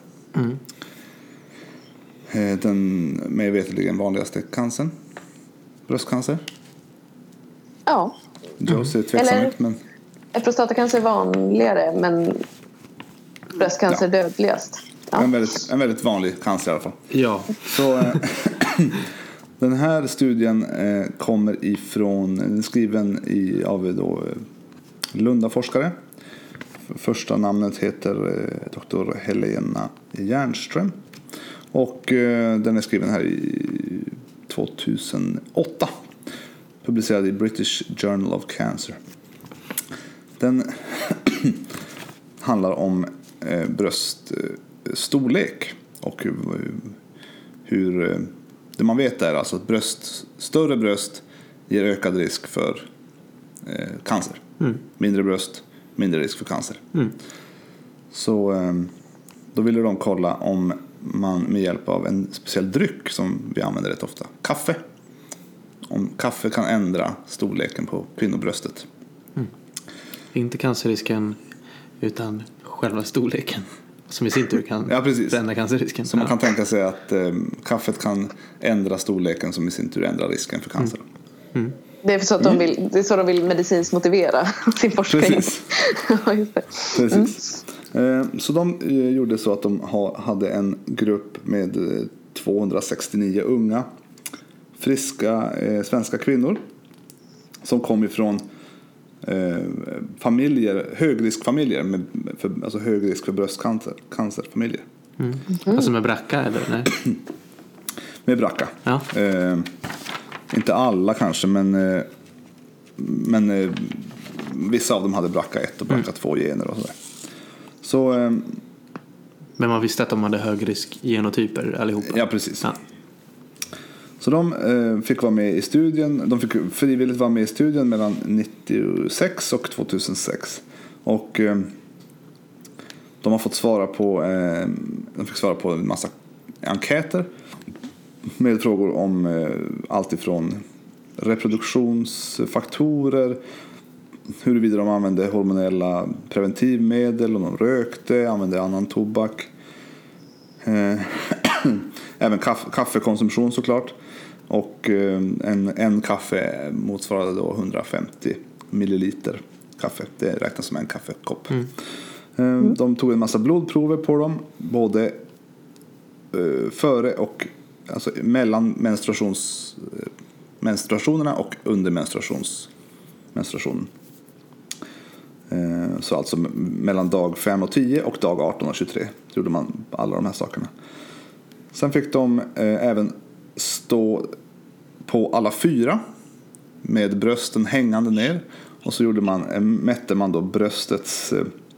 Den med veterligen vanligaste cancern, bröstcancer. Ja. Jag ser tveksam ut, men prostatacancer är vanligare, men bröstcancer dödligast. Ja. En väldigt vanlig cancer i alla fall. Ja. Så den här studien kommer ifrån, skriven av Lundaforskare. Första namnet heter Dr. Helena Järnström. Och den är skriven här i 2008. Publicerad i British Journal of Cancer. Den handlar om bröststorlek och hur det man vet är alltså att större bröst ger ökad risk för cancer. Mindre bröst, mindre risk för cancer. Så då ville de kolla om man med hjälp av en speciell dryck som vi använder rätt ofta, kaffe, om kaffe kan ändra storleken på kvinnobröstet. Inte cancerrisken utan själva storleken, som i sin tur kan förändra cancerrisken. Så man kan tänka sig att kaffet kan ändra storleken, som i sin tur ändrar risken för cancer. Det är så att det är så de vill medicinskt motivera sin forskning. Precis. Ja, just det. Precis. Så de gjorde så att de hade en grupp med 269 unga friska svenska kvinnor som kom ifrån högriskfamiljer alltså hög risk för bröstcancerfamiljer. Alltså med bracka eller? Nej? Med bracka. Ja. Inte alla kanske, men vissa av dem hade bracka 1 och bracka 2 gener och sådär. Så, men man visste att de hade högrisk genotyper allihopa? Ja, precis. Ja. Så de fick vara med i studien. De fick frivilligt vara med i studien mellan 96 och 2006. Och de har fått svara på de fick svara på en massa enkäter med frågor om allt ifrån reproduktionsfaktorer, huruvida de använde hormonella preventivmedel, om de rökte, använde annan tobak, även kaffekonsumtion såklart. Och en kaffe motsvarade då 150 milliliter kaffe. Det räknas som en kaffekopp. De tog en massa blodprover på dem, både före och alltså mellan menstruationerna och under menstruationen. Så alltså mellan dag 5 och 10 och dag 18 och 23 gjorde man alla de här sakerna. Sen fick de även stå på alla 4 med brösten hängande ner, och så mätte man då bröstets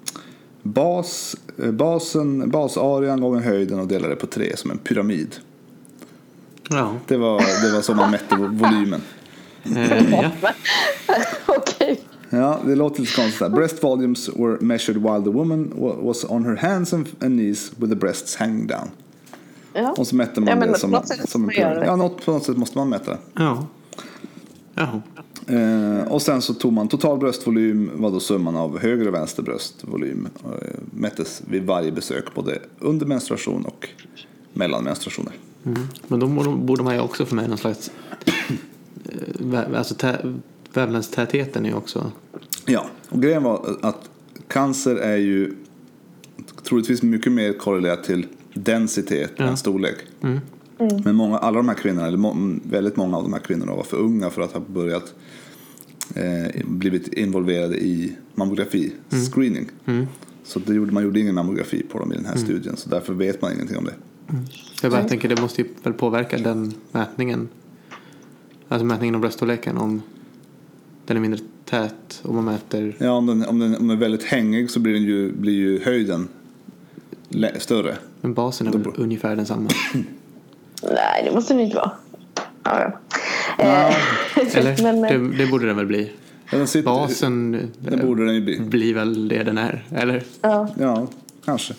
basarean gånger höjden och delade på 3 som en pyramid. Ja. Det var så man mätte volymen. Ja. Okej. Ja, det låter lite konstigt. Breast volumes were measured while the woman was on her hands and knees with the breasts hanging down. Ja. Och så mätte man det som en pyramid. Ja, på något sätt måste man mäta det. Ja. Jaha. Och sen så tog man total bröstvolym, var då summan av höger och vänster bröstvolym, mättes vid varje besök både under menstruation och mellan menstruationer. Men då borde man ju också få med någon slags alltså vävnadstätheten är ju också. Ja, och grejen var att cancer är ju troligtvis mycket mer korrelerat till densitet än storlek. Men alla de här kvinnorna, eller väldigt många av de här kvinnorna var för unga för att ha börjat blivit involverade i mammografi-screening. Så man gjorde ingen mammografi på dem i den här studien, så därför vet man ingenting om det. Jag bara tänker, det måste ju väl påverka den mätningen, alltså mätningen av bröststorleken, om den är mindre tät, om man mäter. Ja, om den är väldigt hängig så blir ju höjden större. Men basen är väl ungefär densamma. Nej, det måste det inte vara. Ja. Eller Men, det borde den väl bli. Basen det borde den ju blir väl det den är, eller? Ja, kanske.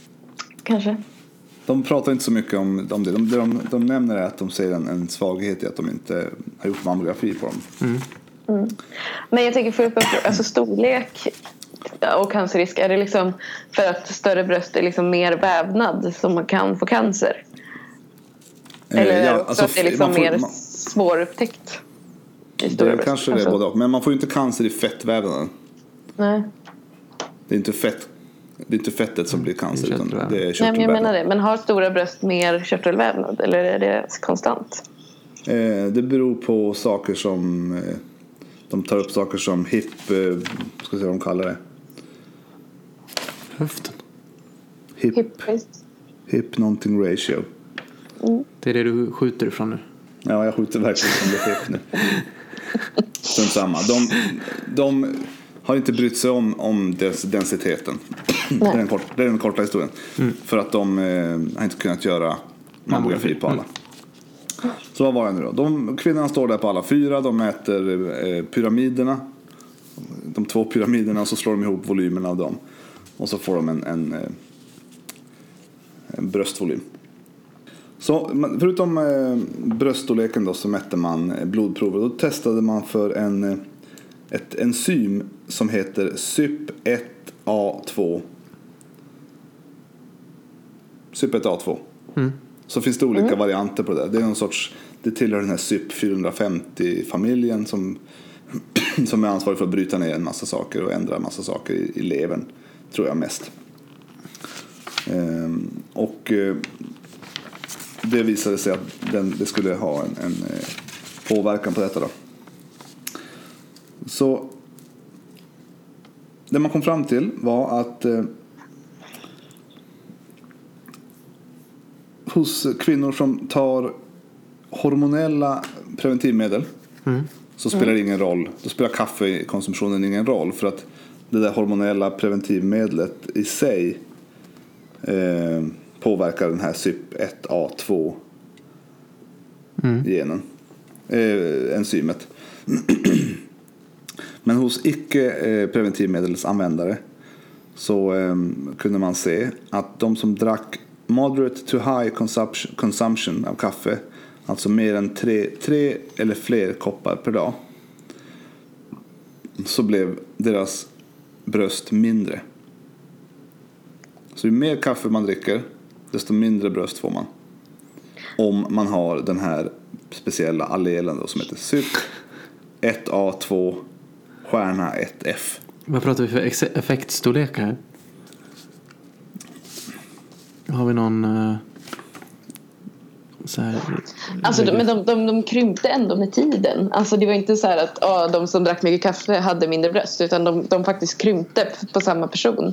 De pratar inte så mycket om det. De nämner att de ser en svaghet i att de inte har gjort mammografi på dem. Men jag tänker, för alltså storlek och cancerrisk, är det liksom för att större bröst är liksom mer vävnad som man kan få cancer? Eller är det också att det är liksom mer svårupptäckt i stora bröst? Kanske det är både och. Men man får ju inte cancer i fettvävnaden. Nej. Det är inte fettet som blir cancer, utan det är körtelvävnad. körtelvävnad. Nej, men jag menar det. Men har stora bröst mer körtelvävnad, eller är det konstant? Det beror på saker som de tar upp saker som hip, ska se vad de kallar det. Höften. Hip någonting ratio. Det är det du skjuter ifrån nu. Ja, jag skjuter verkligen från det hip nu. Strunt samma. De har inte brytt sig om densiteten. Det är den korta historien. För att de har inte kunnat göra mammografi på alla. Så vad var det nu då? Kvinnorna står där på alla 4. De mäter pyramiderna. De 2 pyramiderna, och så slår de ihop volymen av dem. Och så får de en bröstvolym. Så förutom bröststorleken då, så mätte man blodprover. Då testade man för ett enzym som heter CYP1A2. CYP1A2. Så finns det olika varianter på det. Det är någon sorts, det tillhör den här CYP450-familjen som är ansvarig för att bryta ner en massa saker och ändra en massa saker i levern, tror jag mest. Och det visade sig att det skulle ha en påverkan på detta då. Så det man kom fram till var att hos kvinnor som tar hormonella preventivmedel så spelar det ingen roll. Då spelar kaffekonsumtionen ingen roll, för att det där hormonella preventivmedlet i sig påverkar den här CYP1A2 genen, enzymet. Men hos icke-preventivmedelsanvändare så kunde man se att de som drack moderate to high consumption av kaffe, alltså mer än 3 eller fler koppar per dag, så blev deras bröst mindre. Så ju mer kaffe man dricker, desto mindre bröst får man. Om man har den här speciella allelen då, som heter CYP1A2 stjärna 1F. Vad pratar vi för effektstorlek här? Har vi någon så här, alltså men de krympte ändå med tiden. Alltså det var inte så här att de som drack mycket kaffe hade mindre bröst, utan de faktiskt krympte på samma person.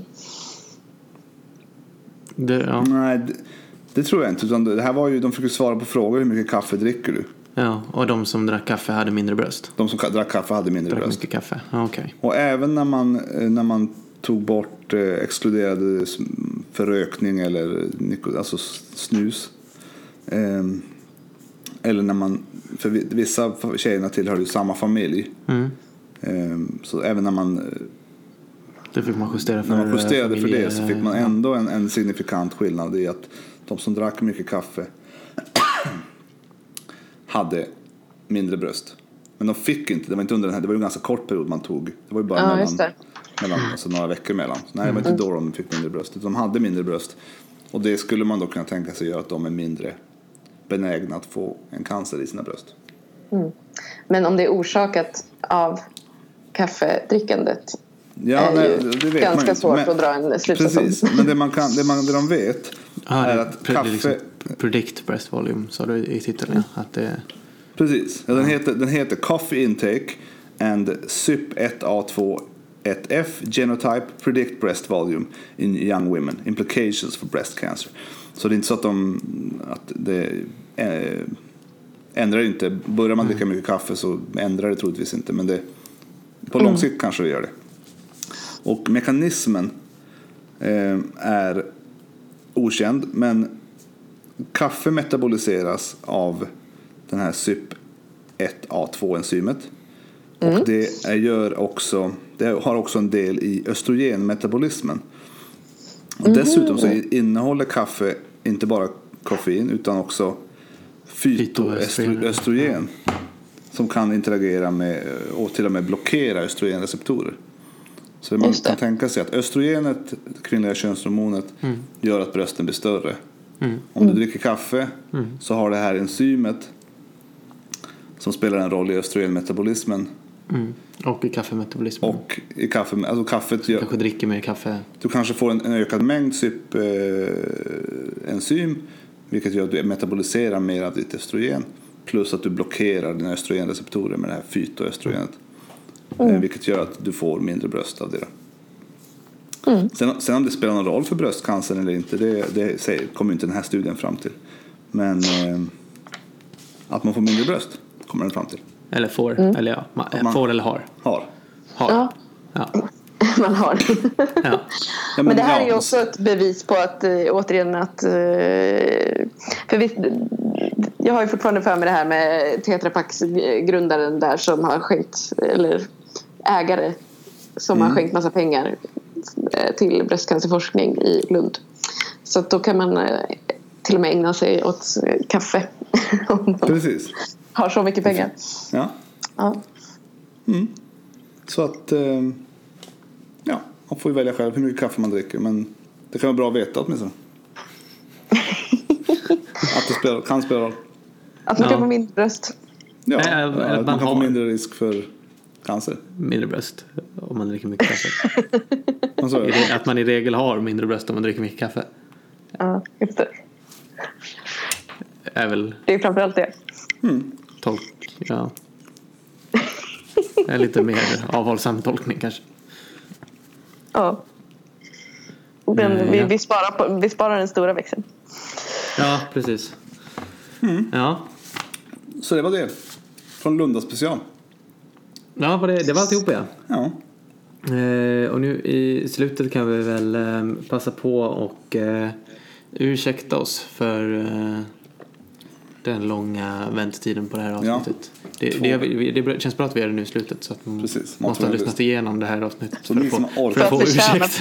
Nej, det tror jag inte, utan det här var ju, de fick ju svara på frågor: hur mycket kaffe dricker du? Ja, och de som drack kaffe hade mindre bröst. De som drack kaffe hade mindre bröst. Mycket kaffe. Okay. Och även när man tog bort exkluderade förrökning eller alltså snus, eller när man, för vissa tjejerna tillhörde ju samma familj, så även när man fick man justera för, när man justerade för det, så fick man ändå en signifikant skillnad i att de som drack mycket kaffe hade mindre bröst. Men de fick inte, det var inte under den här, det var ju en ganska kort period man tog. Det var ju bara mellan alltså några veckor mellan. Nej, det var inte då de fick mindre bröst. De hade mindre bröst. Och det skulle man då kunna tänka sig göra att de är mindre benägna att få en cancer i sina bröst. Men om det är orsakat av kaffedrickandet, det vet ganska man svårt att dra en slutsats. Precis, men det de vet är att kaffe... Liksom predict breast volume, sa du i titeln. Att det... Precis, den heter Coffee Intake and CYP1A2 1F Genotype Predict Breast Volume in Young Women, Implications for Breast Cancer. Så det är inte så att det ändrar inte. Börjar man dricka mycket kaffe så ändrar det troligtvis inte, men det, på lång sikt kanske det gör det. Och mekanismen är okänd, men kaffe metaboliseras av den här CYP1A2-enzymet. Och det har också en del i östrogenmetabolismen. Och dessutom så innehåller kaffe inte bara koffein utan också fytoöstrogen som kan interagera med och till och med blockera östrogenreceptorer. Så man kan tänka sig att östrogenet, kvinnliga könshormonet, gör att brösten blir större. Om du dricker kaffe så har det här enzymet som spelar en roll i östrogenmetabolismen. Och i kaffemetabolismen. Och i kaffe, alltså kaffet gör, kanske dricker mer kaffe. Du kanske får en ökad mängd CYP-enzym, vilket gör att du metaboliserar mer av ditt östrogen, plus att du blockerar dina östrogenreceptorer med det här fytoöstrogenet, vilket gör att du får mindre bröst av det. Sen om det spelar någon roll för bröstcancer eller inte, det kommer inte den här studien fram till. Men att man får mindre bröst kommer den fram till. Eller får, eller får eller har. Ja. Man har. Ja. Men det här är ju också ett bevis på att återigen att för jag har ju fortfarande för mig det här med Tetra Paks grundaren där som har skänkt, eller ägare som har skänkt massa pengar till bröstcancerforskning i Lund. Så att då kan man till och med ägna sig åt kaffe om man har så mycket pengar. Ja. Så att man får ju välja själv hur mycket kaffe man dricker, men det kan vara bra att veta åtminstone. Att det kan spela roll. Att man kan få mindre bröst. Ja, att man kan få mindre risk för cancer. Mindre bröst om man dricker mycket kaffe. Att man i regel har mindre bröst om man dricker mycket kaffe. Ja, just det. är väl... Det är framförallt det. Ja. En lite mer avhållsam tolkning kanske. Ja. Men vi sparar den stora växeln. Ja, precis. Ja. Så det var det. Från Lunda special. Ja, det var alltihop, ja. Ja. Och nu i slutet kan vi väl passa på och ursäkta oss för den långa väntetiden på det här avsnittet. Det känns bra att vi gör det nu i slutet, så att man måste ha lyssnat igenom det här avsnittet så ni som för att få ursäkt.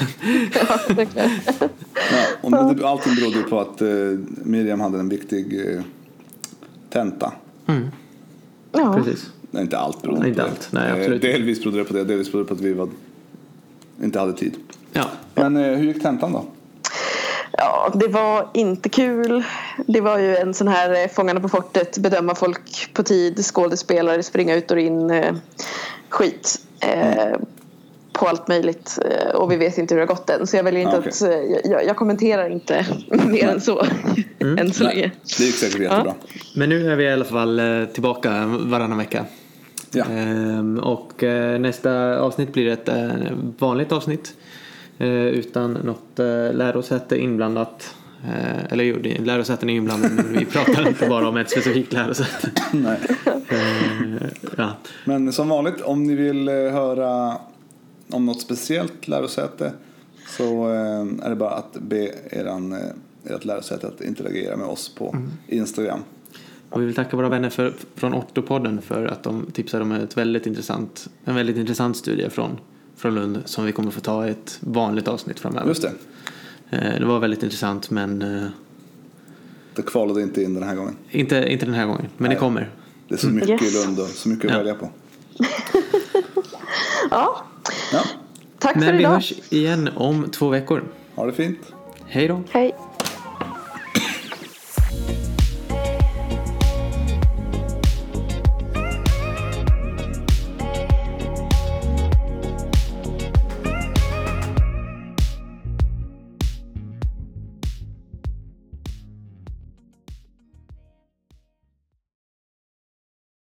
Allting berodde på att Miriam hade en viktig tenta. Ja. Precis. Nej, inte allt berodde på inte det. Allt. Nej, absolut. Delvis berodde det på det, delvis berodde det på att vi inte hade tid. Ja. Men hur gick tentan då? Ja, det var inte kul. Det var ju en sån här Fångarna på fortet, bedöma folk på tid, skådespelare, springa ut och in, skit på allt möjligt. Och vi vet inte hur det har gått än. Så jag väljer inte att jag kommenterar inte mer än så än så länge. Det gick säkert jättebra. Men nu är vi i alla fall tillbaka varannan vecka. Ja. Och nästa avsnitt blir ett vanligt avsnitt utan något lärosäte inblandat. Eller jo, lärosäten är inblandade, men vi pratar inte bara om ett specifikt lärosäte. Nej. Ja. Men som vanligt, om ni vill höra om något speciellt lärosäte, så är det bara att be ert lärosäte att interagera med oss på Instagram. Och vi vill tacka våra vänner från Ortopodden för att de tipsade om en väldigt intressant studie från Lund som vi kommer få ta i ett vanligt avsnitt framöver. Just det. Det var väldigt intressant, men det kvalade inte in den här gången. Inte den här gången, men det kommer. Det är så mycket i Lund och så mycket att välja på. Ja. Ja. Tack för men idag. Men vi hörs igen om 2 veckor. Ha det fint. Hej då. Hej.